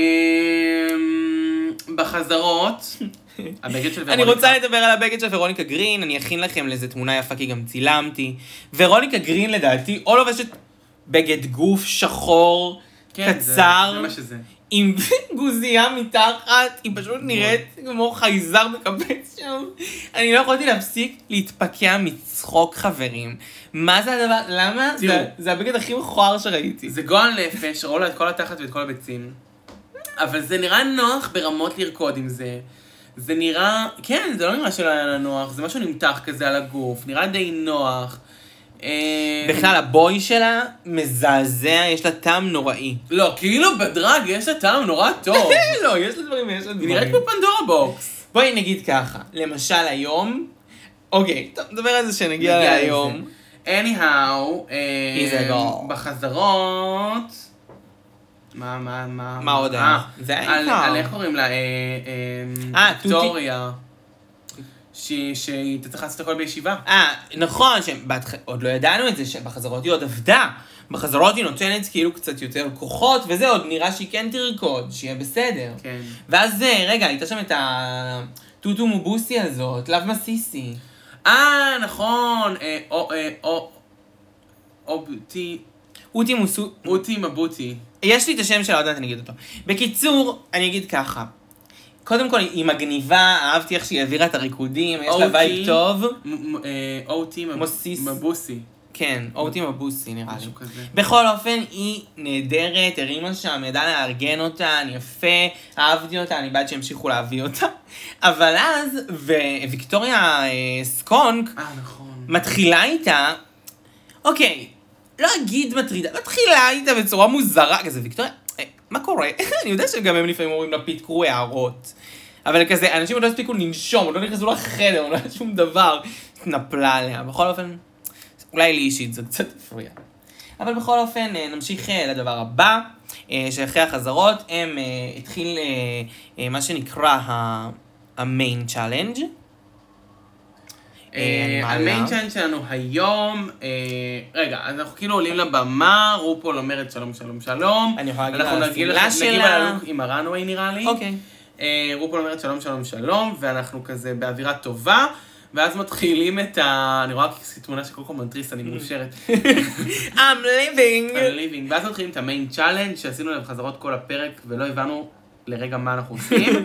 בחזרות, הבגד של ורוניקה. אני רוצה לדבר על הבגד של ורוניקה גרין, אני אכין לכם לזה תמונה יפה כי גם צילמתי. ורוניקה גרין לדעתי, או לובשת בגד גוף שחור, כן, קצר, זה, זה מה שזה. עם גוזייה מתחת, היא פשוט נראית כמו חייזר מקפץ שם. אני לא יכולתי להפסיק להתפקע מצחוק חברים. מה זה הדבר? למה? תראו. זה, זה הבגד הכי מכוער שראיתי. זה גועל נפש, ראו לה את כל התחת ואת כל הביצים. אבל זה נראה נוח ברמות לרקוד עם זה. זה נראה... כן, זה לא נראה שלא היה לה נוח, זה משהו נמתח כזה על הגוף, נראה די נוח. אה, בכלל, הבוי שלה מזעזע, יש לה טעם נוראי. לא, כאילו בדרג יש לה טעם נורא טוב. לא, יש לה דברים ויש לה היא דברים. נראית כמו פנדורה בוקס. בואי נגיד ככה, למשל היום, אוקיי, טוב, נדבר על זה שנגיע נגיע להיום. לזה. anyhow, He's a אה, girl. בחזרות... מה, מה, מה? מה עוד היה? אה, זה על- העיקר. על איך קוראים לה? אה, אה, אה, תותי. ויקטוריה. שהיא שהיא תצטרך לעשות הכל בישיבה. אה, נכון, שעוד לא ידענו את זה, שבחזרות היא עוד עבדה. בחזרות היא נותנת כאילו קצת יותר כוחות, וזה עוד נראה שהיא כן תרקוד, שיהיה בסדר. כן. ואז, רגע, הייתה שם את הטוטו מובוסי הזאת, לאב מסיסי. אה, נכון. אה, או, אה, או, אובטי, אוטי מוסו... אוטי מבוטי. יש לי את השם שלה, עוד מעט אני אגיד אותו. בקיצור, אני אגיד ככה. קודם כל, היא מגניבה, אהבתי איך שהיא העבירה את הריקודים, יש לה אוטי. וייב טוב. מ- מ- אה, אוטי מב- מוסיס. מבוסי. כן, אוטי מבוסי נראה לי. משהו כזה. בכל אופן, היא נהדרת, הרימה שם, ידעה לארגן אותה, אני יפה, אהבתי אותה, אני בעד שימשיכו להביא אותה. אבל אז, וויקטוריה אה, סקונק אה, נכון. מתחילה איתה, אוקיי, לא אגיד מטרידה, מתחילה איתה בצורה מוזרה, כזה ויקטוריה, אה, מה קורה? אני יודע שגם הם לפעמים אומרים לה פיתקרו הערות. אבל כזה, אנשים עוד לא הספיקו לנשום, עוד לא נכנסו לחדר, עוד לא היה שום דבר, התנפלה עליה. בכל אופן, אולי לי אישית זה קצת הפריע. אבל בכל אופן, אה, נמשיך אה, לדבר הבא, אה, שאחרי החזרות הם אה, התחיל אה, אה, מה שנקרא ה- המיין צ'אלנג'. המיין צ'אנט שלנו היום, רגע, אז אנחנו כאילו עולים לבמה, רופול אומרת שלום שלום שלום. אני יכולה להגיד על השמלה שלה. נגיב על הלוק עם הרנווי נראה לי. אוקיי. רופול אומרת שלום שלום שלום, ואנחנו כזה באווירה טובה, ואז מתחילים את ה... אני רואה תמונה של קוקו מנטריס, אני מאושרת. I'm living. I'm living. ואז מתחילים את המיין צ'אלנג' שעשינו להם חזרות כל הפרק, ולא הבנו לרגע מה אנחנו עושים.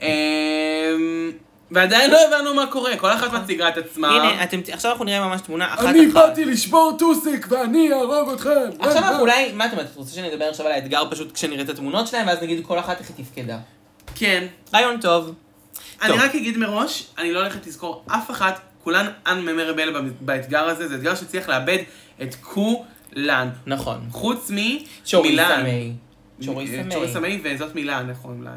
ועדיין לא הבנו מה קורה, כל אחת מציגה את עצמה. הנה, עכשיו אנחנו נראה ממש תמונה אחת אחת. אני באתי לשבור טוסיק ואני אהרוג אתכם. עכשיו אנחנו אולי, מה את אומרת? את רוצה שאני אדבר עכשיו על האתגר פשוט כשנראה את התמונות שלהם, ואז נגיד כל אחת איך היא תפקדה. כן. רעיון טוב. אני רק אגיד מראש, אני לא הולכת לזכור אף אחת, כולן unmemorable באתגר הזה, זה אתגר שצריך לאבד את כולן. נכון. חוץ מ... צ'וריסה מילאן. מיי. צ'וריסה מיי. צ'וריסה מיי, וזאת מילאן, איך קוראים לה?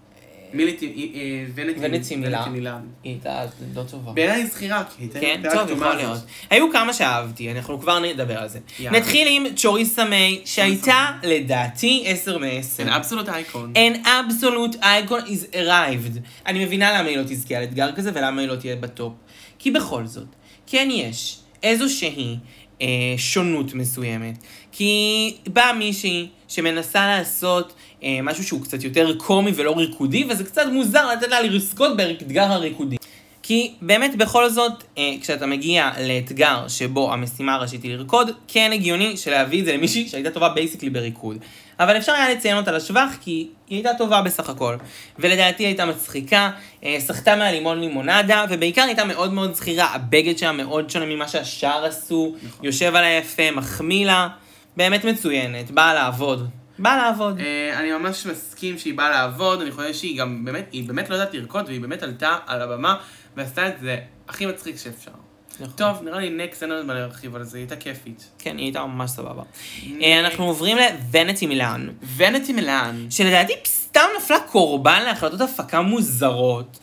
ונצי מילאן. מילאן. היא הייתה לא טובה. בעיניי זכירה, כי הייתה כן, פרק טוב, דומה יכול הזאת. להיות. היו כמה שאהבתי, אנחנו כבר נדבר על זה. יאללה. נתחיל עם צ'וריסה מיי, שהייתה לדעתי עשר מעשר. An absolute icon. An absolute icon is arrived. אני מבינה למה היא לא תזכה על אתגר כזה ולמה היא לא תהיה בטופ. כי בכל זאת, כן יש איזושהי אה, שונות מסוימת. כי באה מישהי שמנסה לעשות אה, משהו שהוא קצת יותר קומי ולא ריקודי, וזה קצת מוזר לתת לה לרסקות באתגר הריקודי. כי באמת בכל זאת, אה, כשאתה מגיע לאתגר שבו המשימה הראשית היא לרקוד, כן הגיוני שלהביא את זה למישהי שהייתה טובה בייסיקלי בריקוד. אבל אפשר היה לציין אותה לשבח, כי היא הייתה טובה בסך הכל. ולדעתי הייתה מצחיקה, אה, שחתה מהלימון לימונדה, ובעיקר הייתה מאוד מאוד זכירה, הבגד שלה מאוד שונה ממה שהשאר עשו, נכון. יושב עליה יפה, מחמיא לה, באמת מצוינת, באה לעבוד. באה לעבוד. Uh, אני ממש מסכים שהיא באה לעבוד, אני חושב שהיא גם באמת, היא באמת לא יודעת לרקוד, והיא באמת עלתה על הבמה, ועשתה את זה הכי מצחיק שאפשר. נכון. טוב, נראה לי נקסט, אין עוד מה להרחיב על זה, היא הייתה כיפית. כן, היא הייתה ממש סבבה. אנחנו עוברים לוונטי מילאן. ונטי מילאן. שלדעתי סתם נפלה קורבן להחלטות הפקה מוזרות.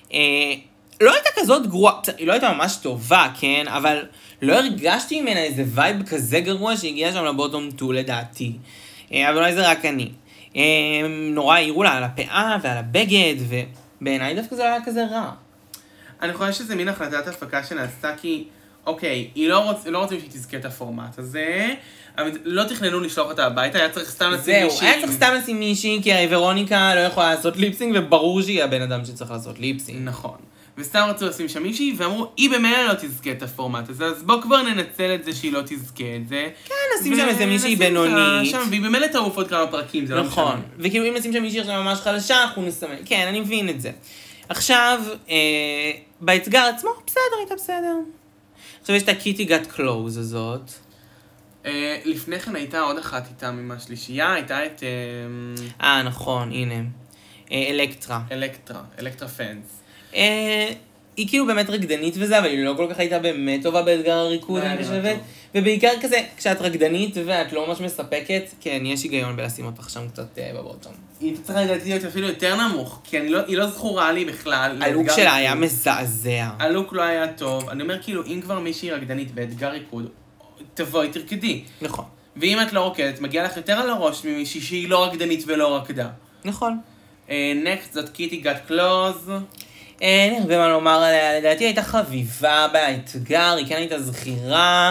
לא הייתה כזאת גרועה, היא לא הייתה ממש טובה, כן? אבל לא הרגשתי ממנה איזה וייב כזה גרוע שהגיע שם לבוטום טו לדעתי. אבל אולי זה רק אני. נורא העירו לה על הפאה ועל הבגד, ובעיניי דווקא זה לא היה כזה רע. אני חושב שזה מין החלטת הפקה שנעשתה כי, אוקיי, היא לא, רוצ, לא רוצים שהיא תזכה את הפורמט הזה, אבל לא תכננו לשלוח אותה הביתה, היה צריך סתם לשים מישהי. זהו, היה צריך סתם לשים מישהי, כי הרי ורוניקה לא יכולה לעשות ליפסינג, וברור שהיא הבן אדם שצריך לעשות ליפסינג. נכון. וסתם רצו לשים שם מישהי, ואמרו, היא במילא לא תזכה את הפורמט הזה, אז בוא כבר ננצל את זה שהיא לא תזכה את זה. כן, נשים שם איזה מישהי בינונית. והיא במילא תעוף עוד כמה פרקים, זה לא משנה. נכון, וכאילו אם נשים שם מישהי עכשיו ממש חלשה, אנחנו נסמן. כן, אני מבין את זה. עכשיו, אה, באתגר עצמו, בסדר, הייתה בסדר. עכשיו יש את הקיטי גאט קלוז הזאת. אה, לפני כן הייתה עוד אחת איתה מהשלישייה, הייתה את... אה, נכון, הנה. אה, אלקטרה. אלקטרה, אלקטרה פנס. אה, היא כאילו באמת רקדנית וזה, אבל היא לא כל כך הייתה באמת טובה באתגר הריקוד, אני חושבת. ובעיקר כזה, כשאת רקדנית ואת לא ממש מספקת, כן, יש היגיון בלשים אותך שם קצת בבוטום. היא צריכה להיות אפילו יותר נמוך, כי היא לא זכורה לי בכלל. הלוק שלה היה מזעזע. הלוק לא היה טוב. אני אומר כאילו, אם כבר מישהי רקדנית באתגר ריקוד, תבואי תרקדי. נכון. ואם את לא רוקדת, מגיע לך יותר על הראש ממישהי שהיא לא רקדנית ולא רקדה. נכון. נקסט זאת קיטי גאט קלוז. אין לי הרבה מה לומר עליה, לדעתי הייתה חביבה באתגר, היא כן הייתה זכירה,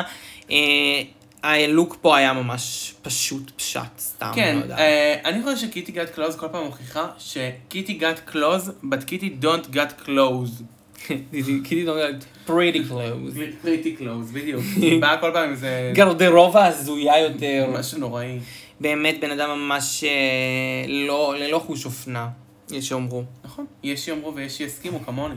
הלוק פה היה ממש פשוט פשט, סתם, כן, לא יודע. אני חושב שקיטי גאט קלוז כל פעם מוכיחה שקיטי גאט קלוז, but קיטי don't got close. קיטי don't got pretty close. pretty close, בדיוק. היא באה כל פעם עם זה... גרדרובה הזויה יותר. משהו נוראי. באמת בן אדם ממש ללא חוש אופנה. יש שאומרו. נכון, יש שיאמרו ויש שיסכימו כמוני.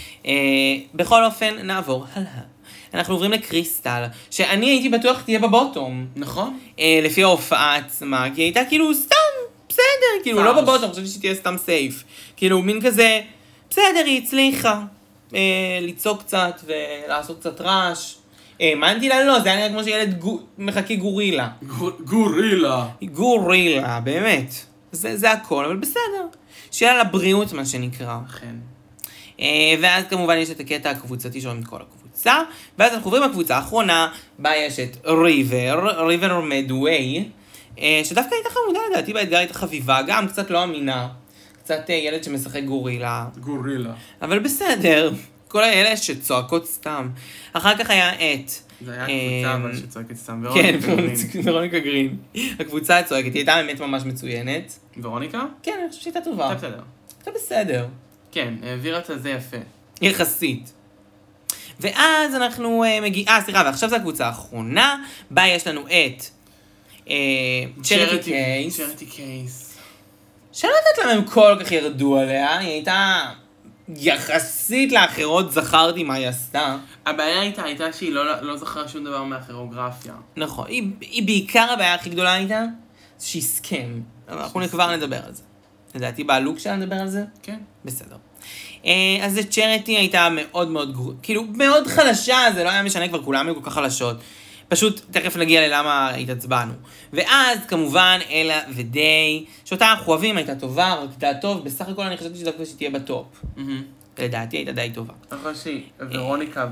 בכל אופן, נעבור הלאה. אנחנו עוברים לקריסטל, שאני הייתי בטוח תהיה בבוטום. נכון. לפי ההופעה עצמה, כי היא הייתה כאילו סתם, בסדר, כאילו לא בבוטום, חשבתי שהיא תהיה סתם סייף. כאילו מין כזה, בסדר, היא הצליחה ליצוק קצת ולעשות קצת רעש. האמנתי לה, לא, זה היה כמו שילד מחכה גורילה. גורילה. גורילה, באמת. זה הכל, אבל בסדר. שיהיה לה לבריאות, מה שנקרא. אכן. ואז כמובן יש את הקטע הקבוצתי שלנו מכל הקבוצה, ואז אנחנו עוברים לקבוצה האחרונה, בה יש את ריבר, ריבר מדווי, שדווקא הייתה חמודה לדעתי באתגר, הייתה חביבה, גם קצת לא אמינה, קצת ילד שמשחק גורילה. גורילה. אבל בסדר, כל האלה שצועקות סתם. אחר כך היה את... זה היה קבוצה אבל שצועקת סתם. כן, ורוניקה גרין. הקבוצה הצועקת, היא הייתה באמת ממש מצוינת. ורוניקה? כן, אני חושבת שהייתה טובה. הייתה בסדר. הייתה בסדר. כן, העבירה את זה יפה. יחסית. ואז אנחנו מגיעים... אה, סליחה, ועכשיו זו הקבוצה האחרונה, בה יש לנו את... צ'ריטי קייס. צ'ריטי קייס. שאני לא יודעת למה הם כל כך ירדו עליה, היא הייתה יחסית לאחרות, זכרתי מה היא עשתה. הבעיה הייתה, הייתה שהיא לא, לא זכרה שום דבר מהכירוגרפיה. נכון, היא, היא בעיקר הבעיה הכי גדולה הייתה, זה שהיא סכם. אנחנו כבר נדבר על זה. לדעתי בלוק שלה נדבר על זה? כן. בסדר. אז צ'ריטי הייתה מאוד מאוד, כאילו מאוד חלשה, זה לא היה משנה, כבר כולם היו כל כך חלשות. פשוט תכף נגיע ללמה התעצבנו. ואז כמובן אלה ודיי, שאותה אנחנו אוהבים, הייתה טובה, רקדה טוב, בסך הכל אני חשבתי שדווקא שתהיה בטופ. לדעתי הייתה די טובה. אחרי שהיא, ורוניקה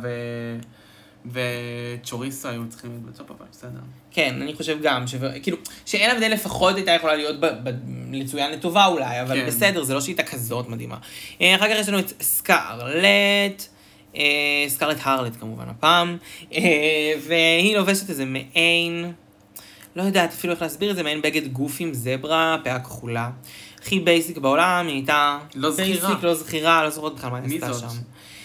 וצ'וריסו היו צריכים להיות בטופ, אבל בסדר. כן, אני חושב גם, כאילו, שאלה ודיי לפחות הייתה יכולה להיות לצוין לטובה אולי, אבל בסדר, זה לא שהיא הייתה כזאת מדהימה. אחר כך יש לנו את סקארלט, סקארלט הרלט כמובן הפעם, והיא לובשת איזה מעין, לא יודעת אפילו איך להסביר את זה, מעין בגד גוף עם זברה, פאה כחולה. הכי בייסיק בעולם, היא הייתה לא זכירה. בייסיק, לא זכירה, לא זוכרת בכלל מה היא עשתה שם.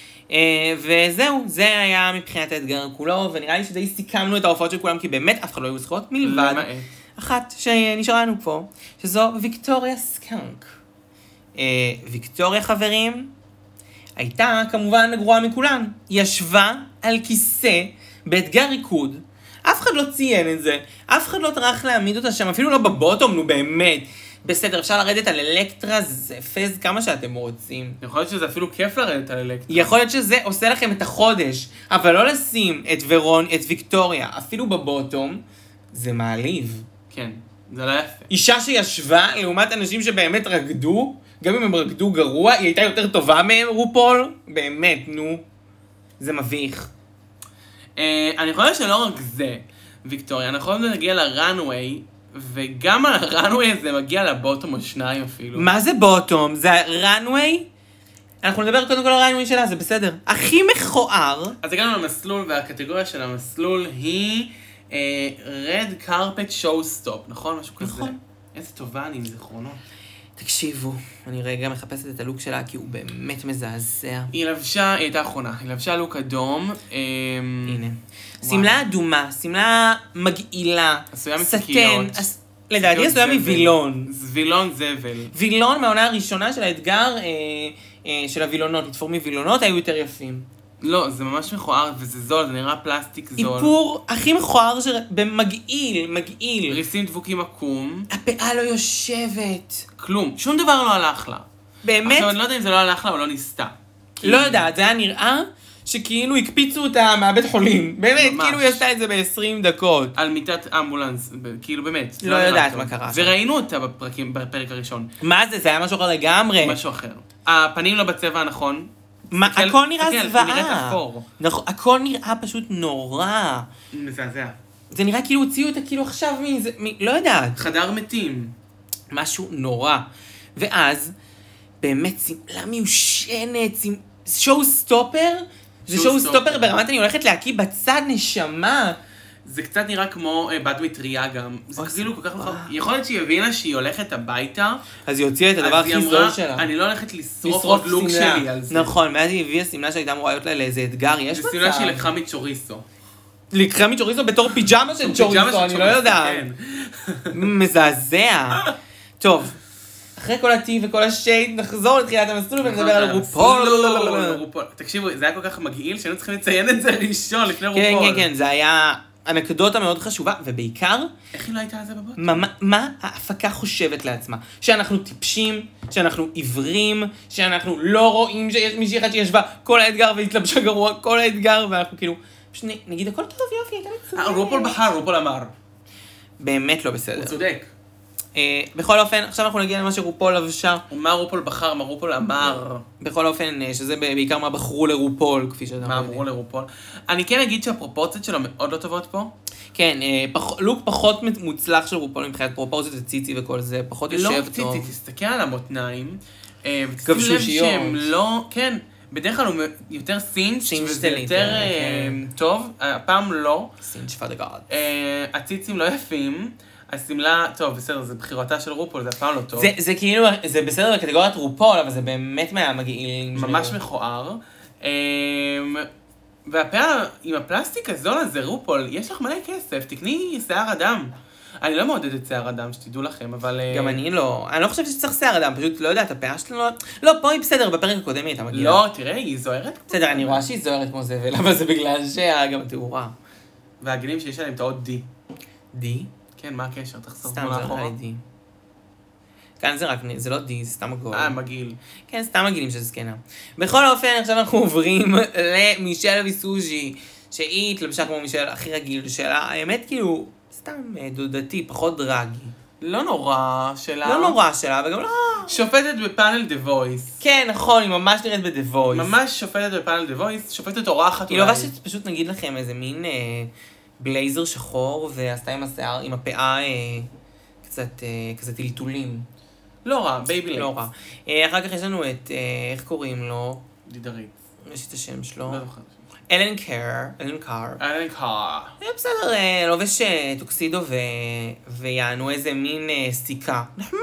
וזהו, זה היה מבחינת האתגר כולו, ונראה לי שדי סיכמנו את ההופעות של כולם, כי באמת אף אחד לא היו זכות מלבד. אחת שנשארה לנו פה, שזו ויקטוריה סקאנק. ויקטוריה חברים, הייתה כמובן הגרועה מכולן. היא ישבה על כיסא באתגר ריקוד. אף אחד לא ציין את זה. אף אחד לא טרח להעמיד אותה שם, אפילו לא בבוטום, נו באמת. בסדר, אפשר לרדת על אלקטרה, זה פז כמה שאתם רוצים. יכול להיות שזה אפילו כיף לרדת על אלקטרה. יכול להיות שזה עושה לכם את החודש, אבל לא לשים את ורון, את ויקטוריה, אפילו בבוטום, זה מעליב. כן, זה לא יפה. אישה שישבה לעומת אנשים שבאמת רקדו, גם אם הם רקדו גרוע, היא הייתה יותר טובה מהם, רופול? באמת, נו. זה מביך. אני חושב שלא רק זה, ויקטוריה, אנחנו יכולים להגיע לראנווי, וגם על הראנווי הזה מגיע לבוטום או שניים אפילו. מה זה בוטום? זה הראנווי? אנחנו נדבר קודם כל על הראנווי שלה, זה בסדר. הכי מכוער. אז הגענו למסלול, והקטגוריה של המסלול היא Red Carpet Showstop, נכון? משהו כזה. נכון. איזה טובה אני עם זיכרונות. תקשיבו, אני רגע מחפשת את הלוק שלה, כי הוא באמת מזעזע. היא לבשה, היא הייתה אחרונה, היא לבשה לוק אדום. הנה. סמלה אדומה, סמלה מגעילה. עשויה מסקיות. לדעתי עשויה מווילון. וילון זבל. וילון מהעונה הראשונה של האתגר של הווילונות, לתפור מווילונות, היו יותר יפים. לא, זה ממש מכוער, וזה זול, זה נראה פלסטיק זול. איפור הכי מכוער במגעיל, מגעיל. ריסים דבוקים עקום. הפאה לא יושבת. כלום, שום דבר לא הלך לה. באמת? עכשיו, אני לא יודע אם זה לא הלך לה או לא ניסתה. לא יודעת, זה היה נראה שכאילו הקפיצו אותה מהבית חולים. באמת, כאילו היא עשתה את זה ב-עשרים דקות. על מיטת אמבולנס, כאילו באמת. לא יודעת מה קרה. וראינו אותה בפרק הראשון. מה זה? זה היה משהו אחר לגמרי. משהו אחר. הפנים לא בצבע הנכון. הכל נראה זוועה. נראית אפור. נכון, הכל נראה פשוט נורא. מזעזע. זה נראה כאילו הוציאו אותה כאילו עכשיו מזה, לא יודעת. חדר מתים. משהו נורא. ואז, באמת סמלה מיושנת, שואו סטופר, זה שואו סטופר ברמת אני הולכת להקיא בצד נשמה. זה קצת נראה כמו בת מטריה גם. זה כאילו כל כך נכון. יכול להיות שהיא הבינה שהיא הולכת הביתה. אז היא הוציאה את הדבר הכי זול שלה. אני לא הולכת לשרוף עוד לוק שלי על זה. נכון, ואז היא הביאה סמלה שהייתה אמורה להיות לה לאיזה אתגר, יש מצב. זה סמלה שהיא לקחה מצ'וריסו. לקחה מצ'וריסו בתור פיג'מה של צ'וריסו, אני לא יודעת. מזעזע. טוב, אחרי כל הטי וכל השייט, נחזור לתחילת המסלול ונדבר על רופול. תקשיבו, זה היה כל כך מגעיל שהיינו צריכים לציין את זה ראשון לפני רופול. כן, כן, כן, זה היה אנקדוטה מאוד חשובה, ובעיקר... איך היא לא הייתה על זה בבוקר? מה ההפקה חושבת לעצמה? שאנחנו טיפשים, שאנחנו עיוורים, שאנחנו לא רואים שיש מישהי אחת שישבה כל האתגר והתלבשה גרוע כל האתגר, ואנחנו כאילו... פשוט נגיד, הכל טוב, יופי, הייתה מצוין. רופול בחר, רופול אמר. באמת לא בסדר. הוא צודק. בכל אופן, עכשיו אנחנו נגיע למה שרופול לבשה. מה רופול בחר, מה רופול אמר. בכל אופן, שזה בעיקר מה בחרו לרופול, כפי שאתה מה אמרו לרופול. אני כן אגיד שהפרופורציות שלו מאוד לא טובות פה. כן, לוק פחות מוצלח של רופול מבחינת פרופורציות וציצי וכל זה, פחות יושב טוב. לא ציצי, תסתכל על המותניים. ותשים לב שהם לא, כן, בדרך כלל הוא יותר סינץ' סינץ' וזה טליטר, יותר כן. אה, טוב, הפעם לא. סינץ' פאדה גאד. אה, הציצים לא יפים, השמלה, טוב, בסדר, זה בחירתה של רופול, זה הפעם לא טוב. זה, זה כאילו, זה בסדר בקטגוריית רופול, אבל זה באמת מהמגעילים. ממש שלו. מכוער. אה, והפאה עם הפלסטיק הזול הזה, רופול, יש לך מלא כסף, תקני שיער אדם. אני לא מעודדת שיער אדם, שתדעו לכם, אבל... גם אני לא, אני לא חושבת שצריך שיער אדם, פשוט לא יודעת, הפאה שלנו... לא, פה היא בסדר, בפרק הקודם היא הייתה מגיעה. לא, תראה, היא זוהרת. בסדר, אני רואה שהיא זוהרת כמו זבל, אבל זה בגלל שגם התאורה. והגילים שיש עליהם את האות D. D? כן, מה הקשר? תחזור סתם, זה נראה לי D. כאן זה רק, זה לא D, זה סתם עגול. אה, מגעיל. כן, סתם מגעילים שזה זקנה. בכל אופן, עכשיו אנחנו עוברים למישל ויסוז'י, שהיא התלבשה כמו מישל הכי רגיל שלה. האמת, כאילו, סתם דודתי, פחות דרגי. לא נורא שלה. לא נורא שלה, וגם לא... שופטת בפאנל דה וויס. כן, נכון, היא ממש נראית ב-The Voice. ממש שופטת בפאנל דה וויס, שופטת אורחת היא לובשת, פשוט נגיד לכם, איזה מין אה, בלייזר שחור, ועשתה עם השיער, עם הפאה אה, קצת, אה, כזה טלטולים. לא רע, בייבי לייט. לא רע. אה, אחר כך יש לנו את, אה, איך קוראים לו? דידרית. יש את השם שלו. לא זוכר. אלן קאר, אלן קאר. אלן קאר. היה בסדר, אה, לובש אה, טוקסידו ו... ויענו איזה מין אה, סטיקה. נחמד.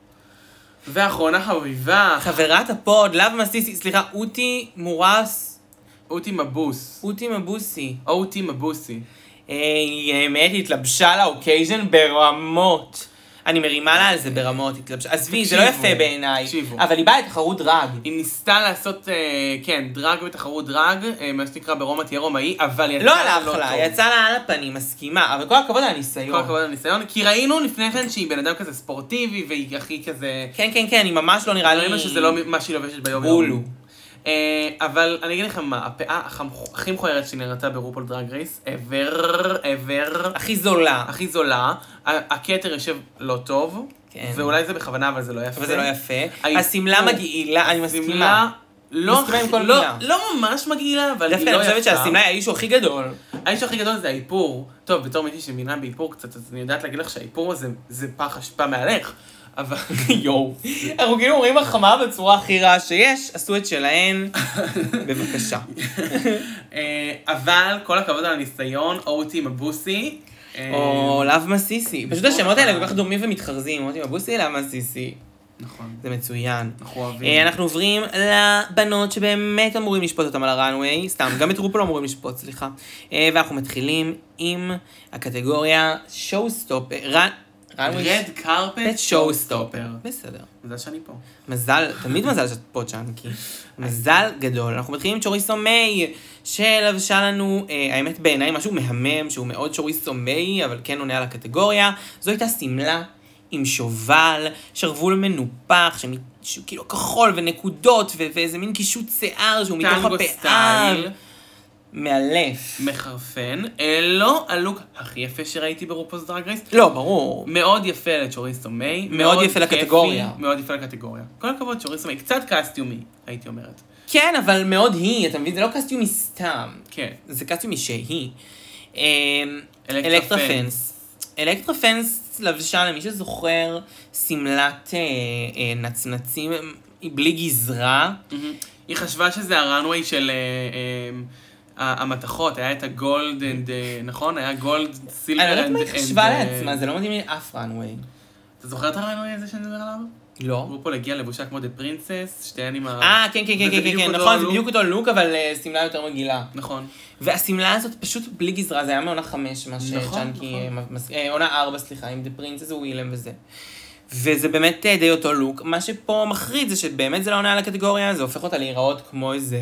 ואחרונה חביבה. חברת הפוד, לאב מסיסי, סליחה, אוטי מורס, אוטי מבוס. אוטי מבוסי. אוטי מבוסי. אה, היא האמת התלבשה לאוקייז'ן ברמות. אני מרימה לה על זה ברמות, התלבשה. עזבי, זה לא יפה בעיניי. תקשיבו. אבל היא באה לתחרות דרג. היא ניסתה לעשות, אה, כן, דרג בתחרות דרג, אה, מה שנקרא ברומת יהיה רומאי, אבל יצא לא לה על ההתחלה, טוב. יצא לה על הפנים, מסכימה, אבל כל הכבוד על כל הניסיון. הכבוד לניסיון, כי ראינו לפני כן שהיא בן אדם כזה ספורטיבי, והיא הכי כזה... כן, כן, כן, היא ממש לא נראה לי... ראינו שזה לא מה שהיא לובשת ביום בולו. יום. אה, אבל אני אגיד לכם מה, הפאה החמ- הכי מכוערת שנראתה ברופול דרג רייס, ever, ever, הכי זולה. הכי זולה, ה- הכתר יושב לא טוב, כן. ואולי זה בכוונה, אבל זה לא יפה. אבל זה לא יפה. האיפור- השמלה מגעילה, אני השמלה מסכימה. לא, מסכימה עם כל לא, מילה. לא ממש מגעילה, אבל היא דווקא לא אני יפה. חושבת שהשמלה היא האישו הכי גדול. האיש הכי גדול זה האיפור. טוב, בתור מישהי שמבינה באיפור קצת, אז אני יודעת להגיד לך שהאיפור הזה זה פח אשפה מעליך. אבל... יואו. אנחנו כאילו רואים החמה בצורה הכי רעה שיש, עשו את שלהן. בבקשה. אה, אבל כל הכבוד על הניסיון, אוטי מבוסי. אה, או לאב מסיסי. פשוט נכון. השמות האלה כל כך דומים ומתחרזים. אמרתי, מבוסי לאב מסיסי. נכון. זה מצוין. אנחנו אוהבים. אה, אנחנו עוברים לבנות שבאמת אמורים לשפוט אותם על הראנוויי, סתם, גם את רופול אמורים לשפוט, סליחה. אה, ואנחנו מתחילים עם הקטגוריה שואו-סטופר, ראנוויי רד קרפט שואו-סטופר. בסדר. מזל שאני פה. מזל, תמיד מזל שאת פה, צ'אנקי. מזל גדול. אנחנו מתחילים עם צ'וריסו מיי, שלבשה לנו, אה, האמת בעיניי, משהו מהמם, שהוא מאוד צ'וריסו מיי, אבל כן עונה על הקטגוריה. זו הייתה סמלה עם שובל, שרוול מנופח, שמ- שהוא כאילו כחול ונקודות, ו- ואיזה מין קישוט שיער שהוא מתוך טנגו הפאה. סטייל. מאלף. מחרפן. אה, לא הלוק הכי יפה שראיתי ברופוס דרג רייס. לא, ברור. מאוד יפה לצ'וריסו מיי. מאוד יפה כיפי, לקטגוריה. מאוד יפה לקטגוריה. כל הכבוד, צ'וריסו מיי. קצת קסטיומי, הייתי אומרת. כן, אבל מאוד היא, אתה מבין? זה לא קסטיומי סתם. כן. זה קסטיומי שהיא. אמ, אלקטרה אלקטרה פנס. פנס. אלקטרה פנס לבשה, למי שזוכר, סמלת אה, אה, נצנצים אה, בלי גזרה. היא חשבה שזה הראנוויי של אה, אה, המתכות, היה את הגולד אנד, נכון? היה גולד, סילבר אני לא אנד... יודעת מה היא חשבה לעצמה, זה לא מתאים לי אף ראנוויי. אתה זוכר את הראנוויי הזה שאני מדבר עליו? לא. רופול הגיע לבושה כמו דה פרינסס, שתיהן עם ה... אה, כן, כן, כן, וזה כן, בדיוק כן, אותו נכון, זה לוק. בדיוק אותו לוק, אבל אה, שמלה יותר מגעילה. נכון. והשמלה הזאת פשוט בלי גזרה, זה היה מעונה חמש, מה נכון, שצ'אנקי, נכון. אה, מס- אה, עונה ארבע, סליחה, עם דה פרינסס ווילם וזה. וזה באמת אה, די אותו לוק. מה שפה מחריד זה שבאמת זה לא עונה על הקטגוריה, זה הופך אותה להיראות כמו איזה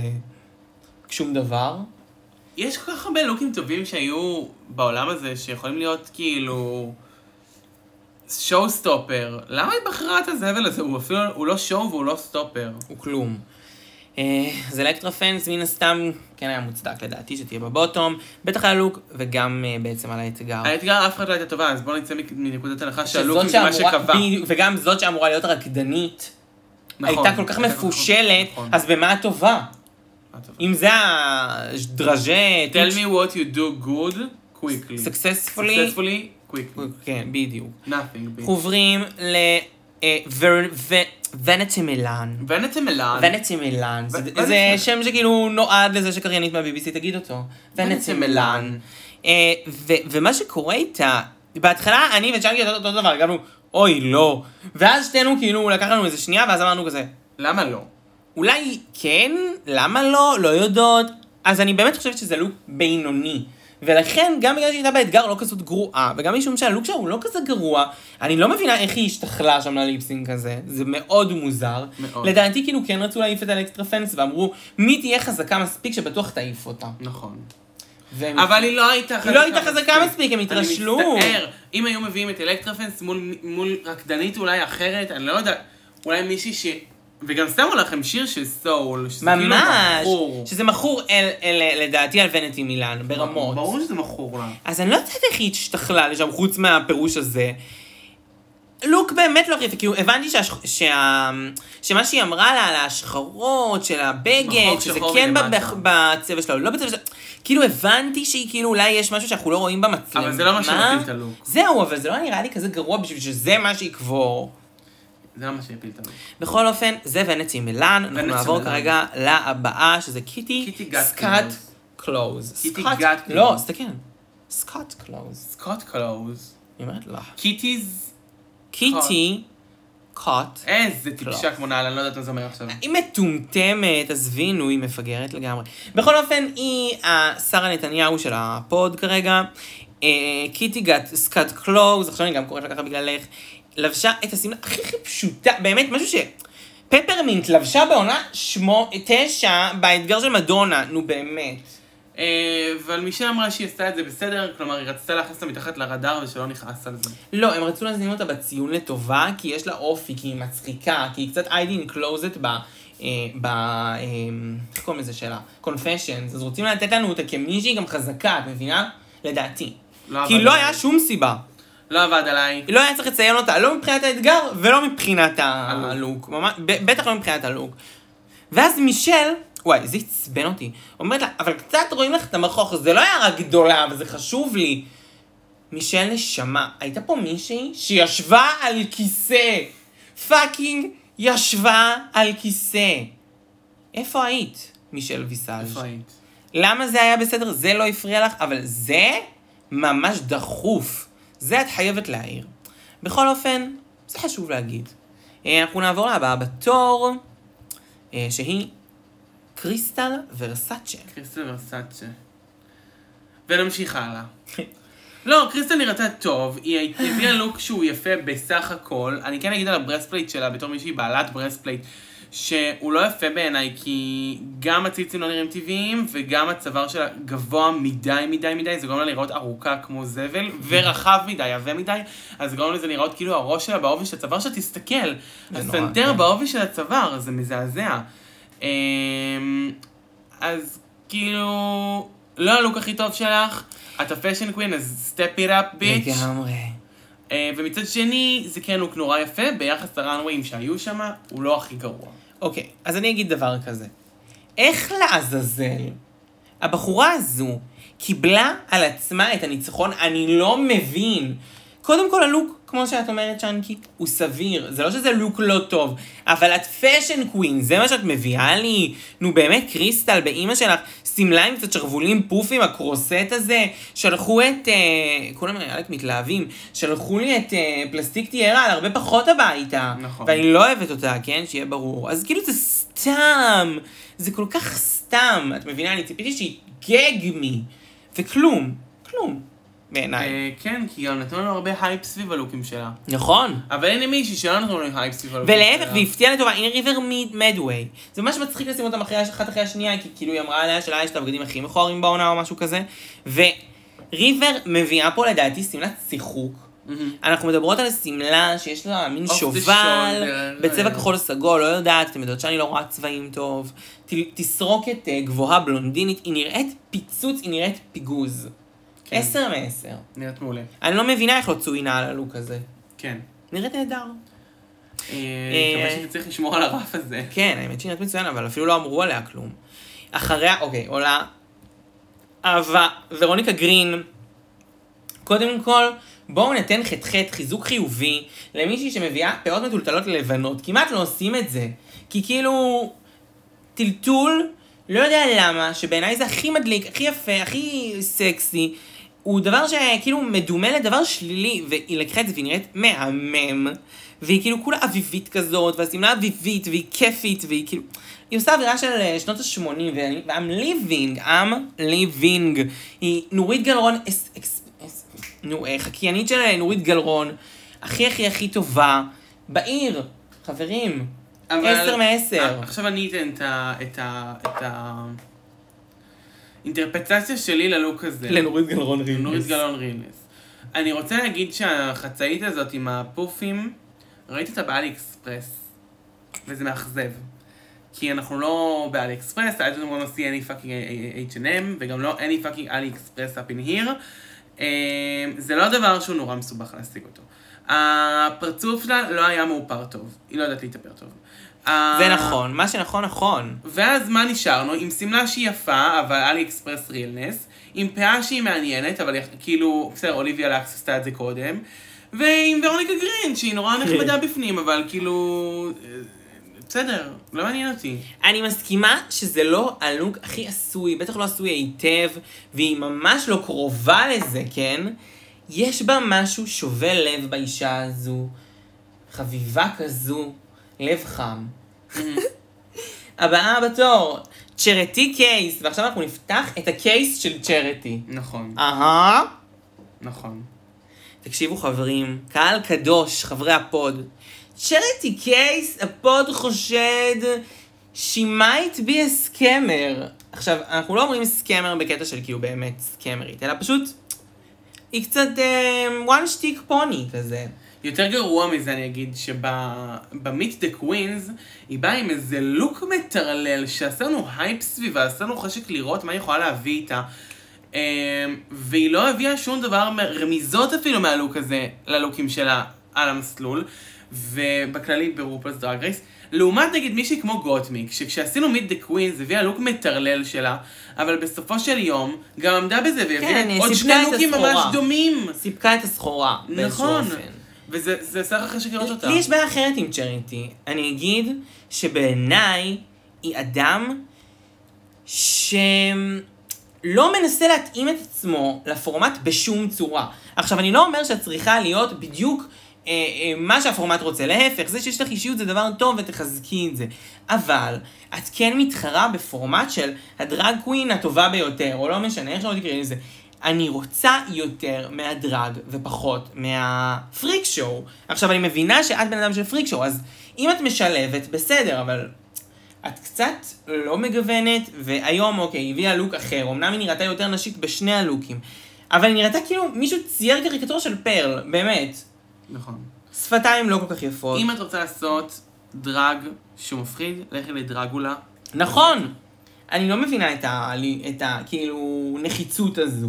שום דבר. יש כל כך הרבה לוקים טובים שהיו בעולם הזה, שיכולים להיות כאילו... שואו סטופר. למה היא בחרה את הזבל הזה? הוא אפילו, הוא לא שואו והוא לא סטופר. הוא כלום. אה, זה אלקטרה פנס, מן הסתם, כן היה מוצדק לדעתי שתהיה בבוטום, בטח על הלוק וגם אה, בעצם על האתגר. האתגר אף אחד לא הייתה טובה, אז בואו נצא מנקודת הנחה שהלוק שזאת זה מה שאמורה- שקבע. בדיוק, וגם זאת שאמורה להיות הרקדנית, נכון, הייתה כל כך הייתה כל כך- מפושלת, נכון. אז במה הטובה? מה טוב. אם זה הדרז'ה, Tell me what you do good, quickly. successfully, Successfully, quickly. כן, בדיוק. Nothing. אנחנו עוברים ל... אה, ור- ו- ונטי מילאן. ונטי מילאן. ונטי מילאן. זה שם שכאילו נועד לזה שקריינית מה-בי בי סי תגיד אותו. ונטי מילאן. ומה שקורה איתה, בהתחלה אני וצ'אנקי אותו דבר, הגענו, אוי לא. ואז שתינו כאילו לקח לנו איזה שנייה, ואז אמרנו כזה. למה לא? אולי כן, למה לא, לא יודעות. אז אני באמת חושבת שזה לוק בינוני. ולכן, גם בגלל שהייתה באתגר לא כזאת גרועה, וגם משום שהלוק שלה הוא לא כזה גרוע, אני לא מבינה איך היא השתכלה שם לליפסינג כזה, זה מאוד מוזר. מאוד. לדעתי כאילו כן רצו להעיף את האקסטרה פנס, ואמרו, מי תהיה חזקה מספיק שבטוח תעיף אותה. נכון. והם... אבל היא לא הייתה חזקה היא לא הייתה חזקה מספיק, הם התרשלו. אני מצטער, אם היו מביאים את אלקטרפנס מול, מול רקדנית אולי אחרת, אני לא יודע, אולי מישהי ש... וגם שמו לכם שיר של סול, שזה כאילו מכור. שזה מכור אל, אל, לדעתי על ונטי מילאן, ברמות. ברור שזה מכור לה. אז אני לא יודעת איך היא השתכלה לשם, חוץ מהפירוש הזה. לוק באמת לא חייפה, כי הבנתי שה, שה, שמה שהיא אמרה לה, על ההשחרות של הבגד, שזה כן בצבע שלה, לא בצבע שלה, כאילו הבנתי שהיא כאילו אולי יש משהו שאנחנו לא רואים במצלמה. אבל זה לא מה שמפיל את הלוק. זהו, אבל זה לא נראה לי כזה גרוע בשביל שזה מה שיקבור. זה לא מה שהפיל את הלוק. בכל אופן, זה ונטי מילאן, אנחנו נעבור כרגע להבאה, שזה קיטי סקאט קלוז. קיטי גאט קלוז. לא, סתכל. סקאט קלוז. סקאט קלוז. היא אומרת לך. קיטיז... קיטי קאט. איזה טיפשה כמו נעל, אני לא יודעת מה זה אומר עכשיו. היא מטומטמת, עזבינו, היא מפגרת לגמרי. בכל אופן, היא שרה נתניהו של הפוד כרגע. קיטי גאט סקאט קלוז, עכשיו אני גם קוראת לה ככה בגללך. לבשה את הסמלה הכי הכי פשוטה, באמת משהו ש... פפרמינט לבשה בעונה שמו, תשע, באתגר של מדונה, נו באמת. אבל מישל אמרה שהיא עשתה את זה בסדר, כלומר היא רצתה להכניס אותה מתחת לרדאר ושלא נכעס על זה. לא, הם רצו להזמין אותה בציון לטובה, כי יש לה אופי, כי היא מצחיקה, כי היא קצת איידי אינקלוזת ב... ב... איך קוראים לזה שלה? קונפשיונס, אז רוצים לתת לנו אותה כמישהי גם חזקה, את מבינה? לדעתי. כי לא היה שום סיבה. לא עבד עליי. לא היה צריך לציין אותה, לא מבחינת האתגר ולא מבחינת הלוק. בטח לא מבחינת הלוק. ואז מישל, וואי, זה הצבן אותי. אומרת לה, אבל קצת רואים לך את המרחוך, זה לא היה רק גדולה, וזה חשוב לי. מישל נשמה, הייתה פה מישהי שישבה על כיסא. פאקינג ישבה על כיסא. איפה היית, מישל ויסאז'? איפה היית? למה זה היה בסדר? זה לא הפריע לך, אבל זה ממש דחוף. זה את חייבת להעיר. בכל אופן, זה חשוב להגיד. אנחנו נעבור להבאה בתור, שהיא קריסטל ורסאצ'ה. קריסטל ורסאצ'ה. ונמשיך הלאה. לא, קריסטל נראתה טוב, היא הביאה לוק שהוא יפה בסך הכל. אני כן אגיד על הברספלייט שלה, בתור מישהי בעלת ברספלייט, שהוא לא יפה בעיניי, כי גם הציצים לא נראים טבעיים, וגם הצוואר שלה גבוה מדי מדי מדי, זה גורם לה לראות ארוכה כמו זבל, ורחב מדי, עבה מדי, אז זה גורם לזה לראות כאילו הראש שלה בעובי של הצוואר, שתסתכל, הסנטר בעובי של הצוואר, זה מזעזע. אז כאילו, לא הלוק הכי טוב שלך, את הפשן קווין, אז step it up bitch. לגמרי. ומצד שני, זה כן לוק נורא יפה, ביחס לרנוויים שהיו שם, הוא לא הכי גרוע. אוקיי, אז אני אגיד דבר כזה. איך לעזאזל הבחורה הזו קיבלה על עצמה את הניצחון? אני לא מבין. קודם כל הלוק, כמו שאת אומרת צ'אנקי, הוא סביר. זה לא שזה לוק לא טוב, אבל את פשן קווין, זה מה שאת מביאה לי. נו באמת, קריסטל, באמא שלך, סמלה עם קצת שרבולים פופים, הקרוסט הזה, שלחו את, אה, כולם רק מתלהבים, שלחו לי את אה, פלסטיק תיירה, על הרבה פחות הביתה. נכון. ואני לא אוהבת אותה, כן? שיהיה ברור. אז כאילו זה סתם, זה כל כך סתם. את מבינה, אני ציפיתי שהיא גג מי, וכלום, כלום. בעיניי. כן, כי גם נתנו לנו הרבה הייפ סביב הלוקים שלה. נכון. אבל הנה מישהי שלא נתנו לנו הייפ סביב הלוקים שלה. ולהפך, והפתיעה לטובה, הנה ריבר מדווי. זה ממש מצחיק לשים אותם אחת אחרי השנייה, כי כאילו היא אמרה עליה שלה יש את הבגדים הכי מכוערים בעונה או משהו כזה. וריבר מביאה פה לדעתי סמלת שיחוק. אנחנו מדברות על סמלה שיש לה מין שובל, בצבע כחול סגול, לא יודעת, אתם יודעות שאני לא רואה צבעים טוב. תסרוקת גבוהה בלונדינית, היא נראית פיצוץ, היא נראית פיגוז. עשר מעשר. נראית מעולה. אני לא מבינה איך לא צוינה על הלוק הזה. כן. נראית נהדר. מקווה שתצליח לשמור על הרף הזה. כן, האמת שהיא נראית מצוין, אבל אפילו לא אמרו עליה כלום. אחריה, אוקיי, עולה אהבה, ורוניקה גרין. קודם כל, בואו ניתן חתחת, חיזוק חיובי, למישהי שמביאה פאות מטולטלות ללבנות. כמעט לא עושים את זה. כי כאילו, טלטול, לא יודע למה, שבעיניי זה הכי מדליק, הכי יפה, הכי סקסי, הוא דבר שכאילו מדומה לדבר שלילי, והיא לקחה את זה והיא נראית מהמם, והיא כאילו כולה אביבית כזאת, והסמלה אביבית, והיא כיפית, והיא כאילו... היא עושה אווירה של שנות ה-שמונים, ו-I'm living, I'm living. היא נורית גלרון, אס, אס, אס, נו, חקיינית של נורית גלרון, הכי הכי הכי טובה, בעיר, חברים, עשר מעשר. עכשיו אני אתן את ה... את ה... את ה... אינטרפטציה שלי ללוק הזה. לנורית גלרון רילנס. נורית גלרון רילנס. אני רוצה להגיד שהחצאית הזאת עם הפופים, ראיתי אותה באלי אקספרס, וזה מאכזב. כי אנחנו לא באלי אקספרס, I don't want to see any fucking אייץ' אנד אם, וגם לא any fucking אלי אקספרס up in here. זה לא דבר שהוא נורא מסובך להשיג אותו. הפרצוף שלה לא היה מאופר טוב, היא לא יודעת להתאפר טוב. זה נכון, מה שנכון נכון. ואז מה נשארנו? עם סמלה שהיא יפה, אבל אלי אקספרס רילנס, עם פאה שהיא מעניינת, אבל כאילו, בסדר, אוליביה לקס עשתה את זה קודם, ועם ורוניקה גרין, שהיא נורא נחמדה בפנים, אבל כאילו... בסדר, לא מעניין אותי. אני מסכימה שזה לא הלוק הכי עשוי, בטח לא עשוי היטב, והיא ממש לא קרובה לזה, כן? יש בה משהו שובה לב באישה הזו, חביבה כזו, לב חם. הבאה בתור, צ'רטי קייס, ועכשיו אנחנו נפתח את הקייס של צ'רטי. נכון. אהה. נכון. תקשיבו חברים, קהל קדוש, חברי הפוד. צ'רטי קייס, הפוד חושד she might be a scammer. עכשיו, אנחנו לא אומרים סקמר בקטע של כאילו באמת סקמרית, אלא פשוט היא קצת um, one stick pony כזה. יותר גרוע מזה אני אגיד שבמיט דה קווינס היא באה עם איזה לוק מטרלל שעשה לנו הייפ סביבה, עשה לנו חשק לראות מה היא יכולה להביא איתה, והיא לא הביאה שום דבר, רמיזות אפילו מהלוק הזה ללוקים שלה על המסלול, ובכללי ברופלס דרג רייס. לעומת נגיד מישהי כמו גוטמיק, שכשעשינו מיט דה קווינס הביאה לוק מטרלל שלה, אבל בסופו של יום גם עמדה בזה והביאה כן, עוד שני לוקים ממש דומים. סיפקה את הסחורה. נכון. וזה סך אחרי שקירות אותה. לי יש בעיה אחרת עם צ'ריטי. אני אגיד שבעיניי היא אדם שלא מנסה להתאים את עצמו לפורמט בשום צורה. עכשיו, אני לא אומר שאת צריכה להיות בדיוק אה, אה, מה שהפורמט רוצה. להפך, זה שיש לך אישיות זה דבר טוב ותחזקי את זה. אבל את כן מתחרה בפורמט של הדרג קווין הטובה ביותר, או לא משנה, איך שלא תקראי לזה. אני רוצה יותר מהדרג ופחות מהפריק שואו. עכשיו, אני מבינה שאת בן אדם של פריק שואו, אז אם את משלבת, בסדר, אבל את קצת לא מגוונת, והיום, אוקיי, הביאה לוק אחר, אמנם היא נראתה יותר נשית בשני הלוקים, אבל היא נראתה כאילו מישהו צייר קריקטורה של פרל, באמת. נכון. שפתיים לא כל כך יפות. אם את רוצה לעשות דרג שהוא מפחיד, לכי לדרגולה. נכון. אני לא מבינה את ה... את ה... כאילו, נחיצות הזו.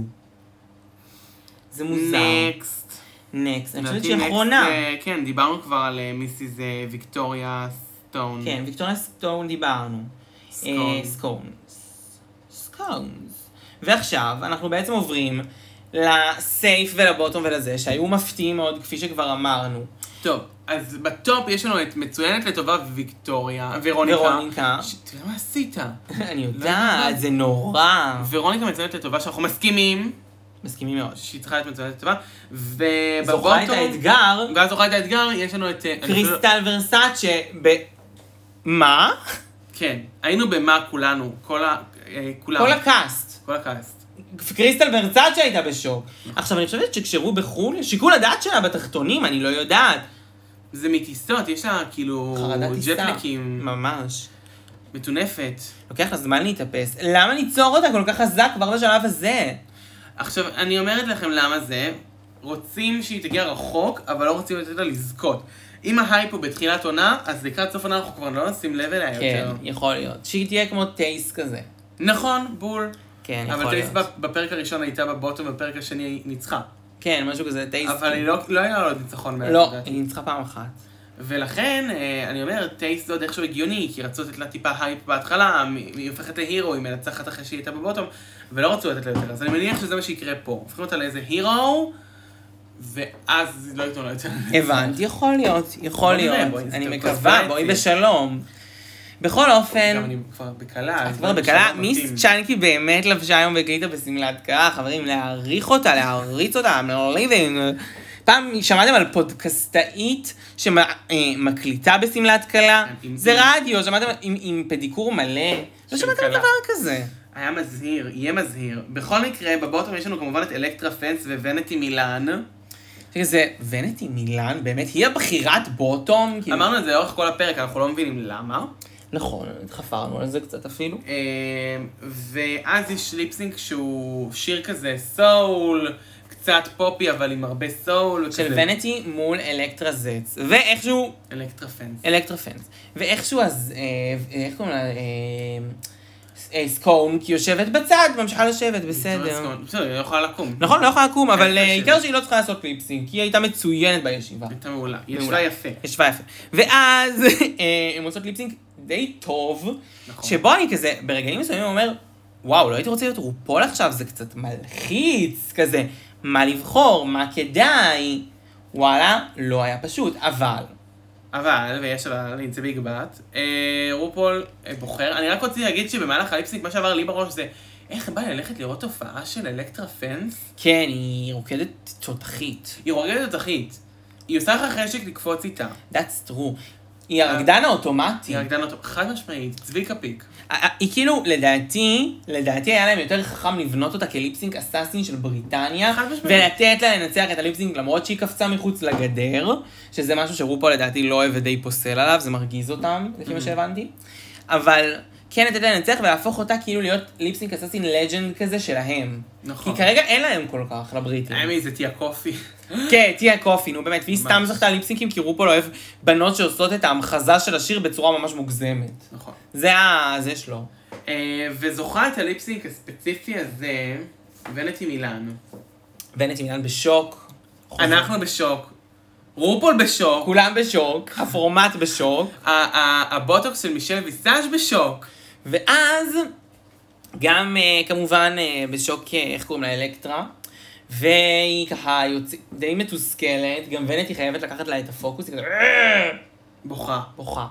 זה מוזר. נקסט. נקסט. אני חושבת שהיא אחרונה. כן, דיברנו כבר על מיסיס ויקטוריה סטון. כן, ויקטוריה סטון דיברנו. סקונס. סקונס. סקונס. ועכשיו אנחנו בעצם עוברים לסייף ולבוטום ולזה, שהיו מפתיעים מאוד, כפי שכבר אמרנו. טוב, אז בטופ יש לנו את מצוינת לטובה ויקטוריה, ורוניקה. ורוניקה. תראה מה עשית. אני יודעת, זה נורא. ורוניקה מצוינת לטובה, שאנחנו מסכימים. מסכימים מאוד. שהיא צריכה להיות מצוינת לטובה. ובבוטום... זוכה את האתגר. ואז זוכה את האתגר, יש לנו את... קריסטל ורסאצ'ה ב... מה? כן, היינו במה כולנו, כל ה... כולם. כל הקאסט. כל הקאסט. קריסטל ורסאצ'ה הייתה בשוק. עכשיו, אני חושבת שכשרו בחול, שיקול הדעת שלה בתחתונים, אני לא יודעת. זה מטיסות, יש לה כאילו... חרדת טיסה. ג'טלקים. ממש. מטונפת. לוקח לה זמן להתאפס. למה ניצור אותה כל כך חזק כבר בשלב הזה? עכשיו, אני אומרת לכם למה זה. רוצים שהיא תגיע רחוק, אבל לא רוצים לתת לה לזכות. אם ההייפ הוא בתחילת עונה, אז לקראת סוף עונה אנחנו כבר לא נשים לב אליה יותר. כן, יכול להיות. שהיא תהיה כמו טייס כזה. נכון, בול. כן, יכול אבל להיות. טייס בפרק הראשון הייתה בבוטום, בפרק השני היא ניצחה. כן, משהו כזה, טייס. אבל היא לא, לא היה עוד ניצחון מאז. לא, היא ניצחה פעם אחת. ולכן, אני אומר, טייס זה עוד איכשהו הגיוני, כי רצו לתת לה טיפה הייפ בהתחלה, היא הופכת להירו, היא מנצחת אחרי שהיא הייתה בבוטום, ולא רצו לתת לה יותר. אז אני מניח שזה מה שיקרה פה. הופכים אותה לאיזה הירו, ואז לא ייתנו לו יותר. הבנתי, יכול להיות, יכול בוא נראה, להיות. בואי, אני זה מקווה, קונספירציה. בואי בשלום. בכל אופן, גם אני כבר בקלה. את כבר בקלה, מיס צ'אנקי באמת לבשה היום בגליטה בסמלת קרח, חברים, להעריך אותה, להעריץ אותה, מליבינג. פעם שמעתם על פודקסטאית שמקליטה בסמלת קלה? זה רדיו, שמעתם עם פדיקור מלא? לא שמעתם על דבר כזה. היה מזהיר, יהיה מזהיר. בכל מקרה, בבוטום יש לנו כמובן את אלקטרה פנס וונטי מילאן. זה ונטי מילאן, באמת, היא הבחירת בוטום. אמרנו את זה לאורך כל הפרק, אנחנו לא מבינים למה. נכון, חפרנו על זה קצת אפילו. ואז יש ליפסינק שהוא שיר כזה סול, קצת פופי אבל עם הרבה סול. של ונטי מול אלקטרה זץ, ואיכשהו... אלקטרה פנס. אלקטרה פנס. ואיכשהו אז, איך קוראים לה? סקון, כי יושבת בצד, ממשיכה לשבת, בסדר. בסדר, היא לא יכולה לקום. נכון, לא יכולה לקום, אבל עיקר שהיא לא צריכה לעשות ליפסינק, כי היא הייתה מצוינת בישיבה. הייתה מעולה, היא ישבה יפה. ישבה יפה. ואז הם עושות ליפסינק די טוב, שבו אני כזה, ברגעים מסוימים אומר, וואו, לא הייתי רוצה להיות רופול עכשיו, זה קצת מלחיץ, כזה, מה לבחור, מה כדאי, וואלה, לא היה פשוט, אבל... אבל, ויש אבל, נמצא ביג בת, רופול בוחר, אני רק רוצה להגיד שבמהלך הליפסינק, מה שעבר לי בראש זה, איך בא ללכת לראות תופעה של אלקטרה פנס? כן, היא רוקדת תותחית. היא רוקדת תותחית. היא עושה לך חשק לקפוץ איתה. That's true. היא הרקדן האוטומטי. היא הרקדן האוטומטי, חד משמעית, צביקה פיק. היא כאילו, לדעתי, לדעתי היה להם יותר חכם לבנות אותה כליפסינק אסאסין של בריטניה, ולתת לה לנצח את הליפסינק למרות שהיא קפצה מחוץ לגדר, שזה משהו שרופול לדעתי לא אוהב ודי פוסל עליו, זה מרגיז אותם, לפי מה שהבנתי. אבל כן לתת לה לנצח ולהפוך אותה כאילו להיות ליפסינק אסאסין לג'נד כזה שלהם. נכון. כי כרגע אין להם כל כך, לבריטים. האמי, זה תהיה קופי. כן, תהיה קופי, נו באמת, והיא סתם זכתה ליפסינקים, כי רופול אוהב בנות שעושות את ההמחזה של השיר בצורה ממש מוגזמת. נכון. זה ה... זה שלו. וזוכה את הליפסינק הספציפי הזה, ונטי מילאן. ונטי מילאן בשוק. אנחנו בשוק. רופול בשוק. כולם בשוק, הפורמט בשוק. הבוטוקס של מישל ויסאז' בשוק. ואז, גם כמובן בשוק, איך קוראים לה, אלקטרה. והיא ככה יוצאת, די מתוסכלת, גם ונטי חייבת לקחת לה את הפוקוס, היא כזה... בוכה. בוכה.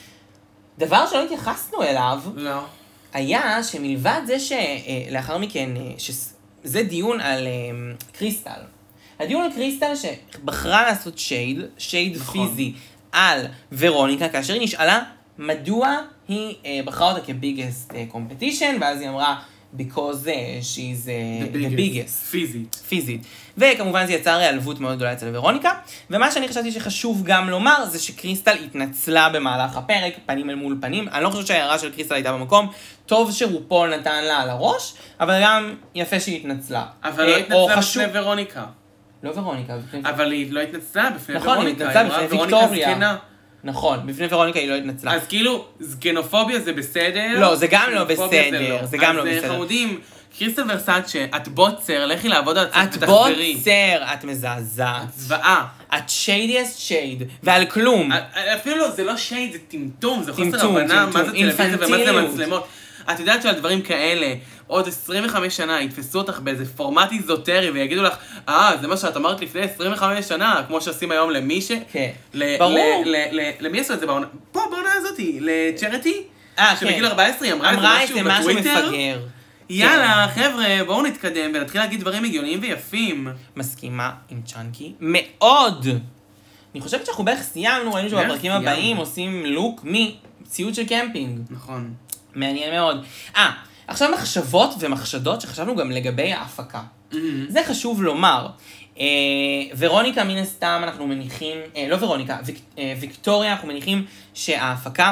דבר שלא התייחסנו אליו, לא. היה שמלבד זה שלאחר מכן, שזה דיון על קריסטל. הדיון על קריסטל שבחרה לעשות שייד, שייד נכון. פיזי, על ורוניקה, כאשר היא נשאלה מדוע היא בחרה אותה כביגסט קומפטישן, ואז היא אמרה, because uh, she's uh, the, the biggest. פיזית. פיזית. וכמובן זה יצר העלבות מאוד גדולה אצל ורוניקה, ומה שאני חשבתי שחשוב גם לומר, זה שקריסטל התנצלה במהלך הפרק, פנים אל מול פנים, אני לא חושבת שההערה של קריסטל הייתה במקום, טוב שרופול נתן לה על הראש, אבל גם יפה שהיא התנצלה. אבל לא התנצלה בפני ורוניקה. לא ורוניקה. אבל היא לא התנצלה בפני נכון, ורוניקה. נכון, היא התנצלה בפני ויקטוריה. זקנה. נכון, בפני ורוניקה היא לא התנצלה. אז כאילו, זקנופוביה זה בסדר? לא, זה גם לא בסדר, זה גם לא בסדר. אז חמודים, קריסטל ורסאצ'ה, את בוצר, לכי לעבוד על עצמך ותחזרי. את בוצר, את מזעזעת. את זוועה. את שיידיאסט שייד, ועל כלום. אפילו לא, זה לא שייד, זה טמטום, זה חוסר הבנה, מה זה טלוויזיה ומה זה מצלמות. את יודעת שעל דברים כאלה, עוד עשרים וחמש שנה יתפסו אותך באיזה פורמט איזוטרי ויגידו לך, אה, זה מה שאת אמרת לפני עשרים וחמש שנה, כמו שעושים היום למי ש... כן, ברור. למי עשו את זה בעונה? פה, בעונה הזאת, לצ'רטי? אה, כן. שבגיל ארבע עשרה היא אמרה איזה משהו בטוויטר. יאללה, חבר'ה, בואו נתקדם ונתחיל להגיד דברים הגיוניים ויפים. מסכימה עם צ'אנקי? מאוד! אני חושבת שאנחנו בערך סיימנו, ראינו שבפרקים הבאים עושים לוק מציוד של קמפינג. נכון. מעניין מאוד. אה, עכשיו מחשבות ומחשדות שחשבנו גם לגבי ההפקה. זה חשוב לומר. ורוניקה מן הסתם אנחנו מניחים, לא ורוניקה, ויקטוריה אנחנו מניחים שההפקה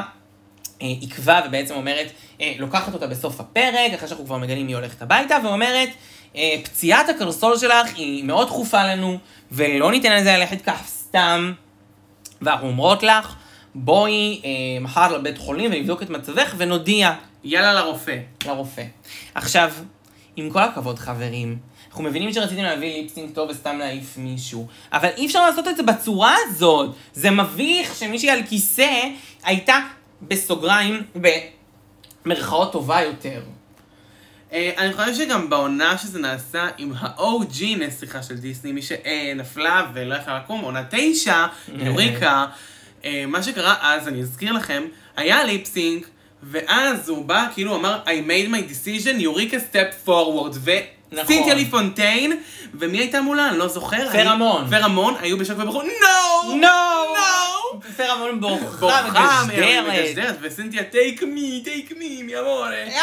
עקבה ובעצם אומרת, לוקחת אותה בסוף הפרק, אחרי שאנחנו כבר מגלים מי הולכת הביתה, ואומרת, פציעת הקרסול שלך היא מאוד דחופה לנו, ולא ניתן לזה ללכת כך סתם, ואנחנו אומרות לך, בואי אה, מחר לבית חולים ונבדוק את מצבך ונודיע. יאללה לרופא. לרופא. עכשיו, עם כל הכבוד חברים, אנחנו מבינים שרציתם להביא ליפסינג טוב וסתם להעיף מישהו, אבל אי אפשר לעשות את זה בצורה הזאת. זה מביך שמישהי על כיסא הייתה בסוגריים במרכאות טובה יותר. אני חושב שגם בעונה שזה נעשה עם ה-או ג'י נסליחה של דיסני, מי שנפלה ולא יכלה לקום, עונה תשע, יוריקה, מה שקרה אז, אני אזכיר לכם, היה ליפסינק, ואז הוא בא, כאילו הוא אמר, I made my decision, יוריקה step forward, וסינתיה לי פונטיין, ומי הייתה מולה? אני לא זוכר. פרמון. פרמון, היו בשוק ובחור, no! no! no! פרמון בורחה בורחה, מגשדרת. וסינתיה, take me, take me, מי אמור.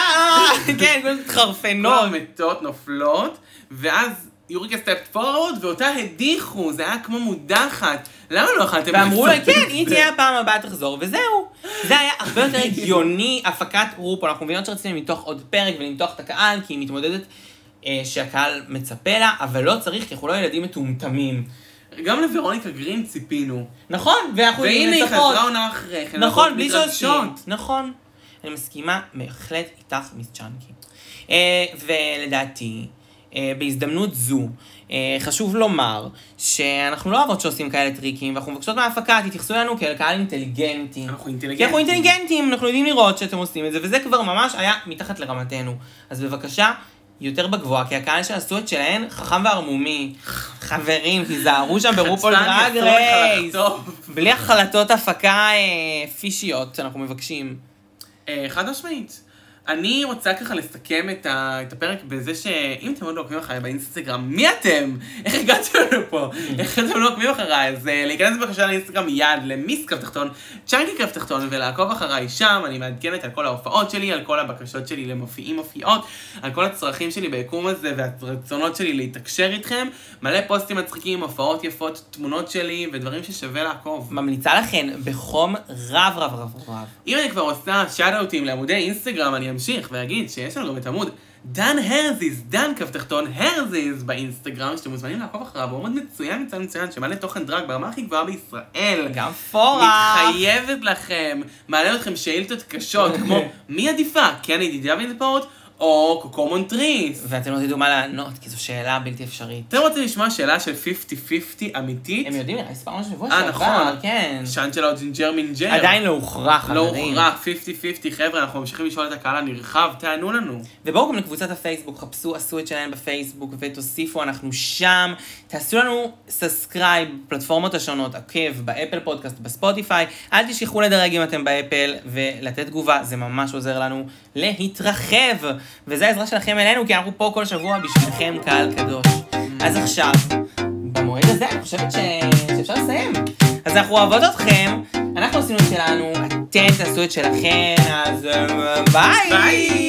כן, כל מתחרפנות. כל המתות נופלות, ואז יוריקה סטפט פורוורד, ואותה הדיחו, זה היה כמו מודחת. למה לא אכלתם? ואמרו לה, כן, היא תהיה הפעם הבאה תחזור, וזהו. זה היה הרבה יותר הגיוני, הפקת רופול. אנחנו מבינות שרצינו מתוך עוד פרק ולמתוח את הקהל, כי היא מתמודדת שהקהל מצפה לה, אבל לא צריך, כי אנחנו לא ילדים מטומטמים. גם לוורוניקה גרין ציפינו. נכון, ואנחנו והנה היא חזרה עונה אחרי. נכון, בלי שעושים. נכון. אני מסכימה בהחלט איתך, מיס צ'אנקי. ולדעתי, בהזדמנות זו, חשוב לומר שאנחנו לא אוהבות שעושים כאלה טריקים, ואנחנו מבקשות מההפקה, תתייחסו לנו כאל קהל אינטליגנטי. אנחנו אינטליגנטים. כי אנחנו אינטליגנטים, אנחנו יודעים לראות שאתם עושים את זה, וזה כבר ממש היה מתחת לרמתנו. אז בבקשה, יותר בגבוה, כי הקהל שעשו את שלהן חכם וערמומי. חברים, תיזהרו שם ברופול דרג רייס. בלי החלטות הפקה פישיות שאנחנו מבקשים. חד משמעית. אני רוצה ככה לסכם את, ה, את הפרק בזה שאם אתם עוד לא עוקבים אחריי באינסטגרם, מי אתם? איך הגעתם לנו פה? איך אתם לא עוקבים אחריי? אז להיכנס בבקשה לאינסטגרם מיד למיס קו תחתון, צ'אנקי קו תחתון, ולעקוב אחריי שם. אני מעדכנת על כל ההופעות שלי, על כל הבקשות שלי למופיעים מופיעות, על כל הצרכים שלי ביקום הזה והרצונות שלי להתקשר איתכם. מלא פוסטים מצחיקים, הופעות יפות, תמונות שלי ודברים ששווה לעקוב. ממליצה לכן בחום רב רב רב רב. אם אני כבר עושה שאט-אוטים לעמודי אינסטגרם, אני אמשיך ואגיד שיש לנו גם את עמוד דן הרזיז, דן קו תחתון הרזיז באינסטגרם, שאתם מוזמנים לעקוב אחריו, הוא עמוד מצוין מצוין מצוין, שמעלה תוכן דרג ברמה הכי גבוהה בישראל. גם פורה. מתחייבת לכם, מעלה אתכם שאילתות קשות, כמו מי עדיפה, קני דידיה וינספורט, או קוקו מונטריס. ואתם לא תדעו מה לענות, כי זו שאלה בלתי אפשרית. אתם רוצים לשמוע שאלה של חמישים חמישים אמיתית? הם יודעים, הספרנו שבוע שעבר, נכון, כן. שאנג'לה או ג'ינג'ר מינג'ר. עדיין לא הוכרע, חברים. לא הוכרע, חמישים חמישים, חבר'ה, אנחנו ממשיכים לשאול את הקהל הנרחב, תענו לנו. ובואו גם לקבוצת הפייסבוק, חפשו, עשו את שלהם בפייסבוק ותוסיפו, אנחנו שם. תעשו לנו סאסקרייב, פלטפורמות השונות, עקב, באפל פודקאסט, בספוטיפיי. אל תשכחו לדרג אם אתם באפל, ולתת תגובה, זה ממש עוזר לנו להתרחב. וזה העזרה שלכם אלינו, כי אנחנו פה כל שבוע בשבילכם קהל קדוש. אז עכשיו, במועד הזה, אני חושבת ש... שאפשר לסיים. אז אנחנו אוהבות אתכם, אנחנו עשינו את שלנו, אתם תעשו את שלכם, אז ביי! ביי!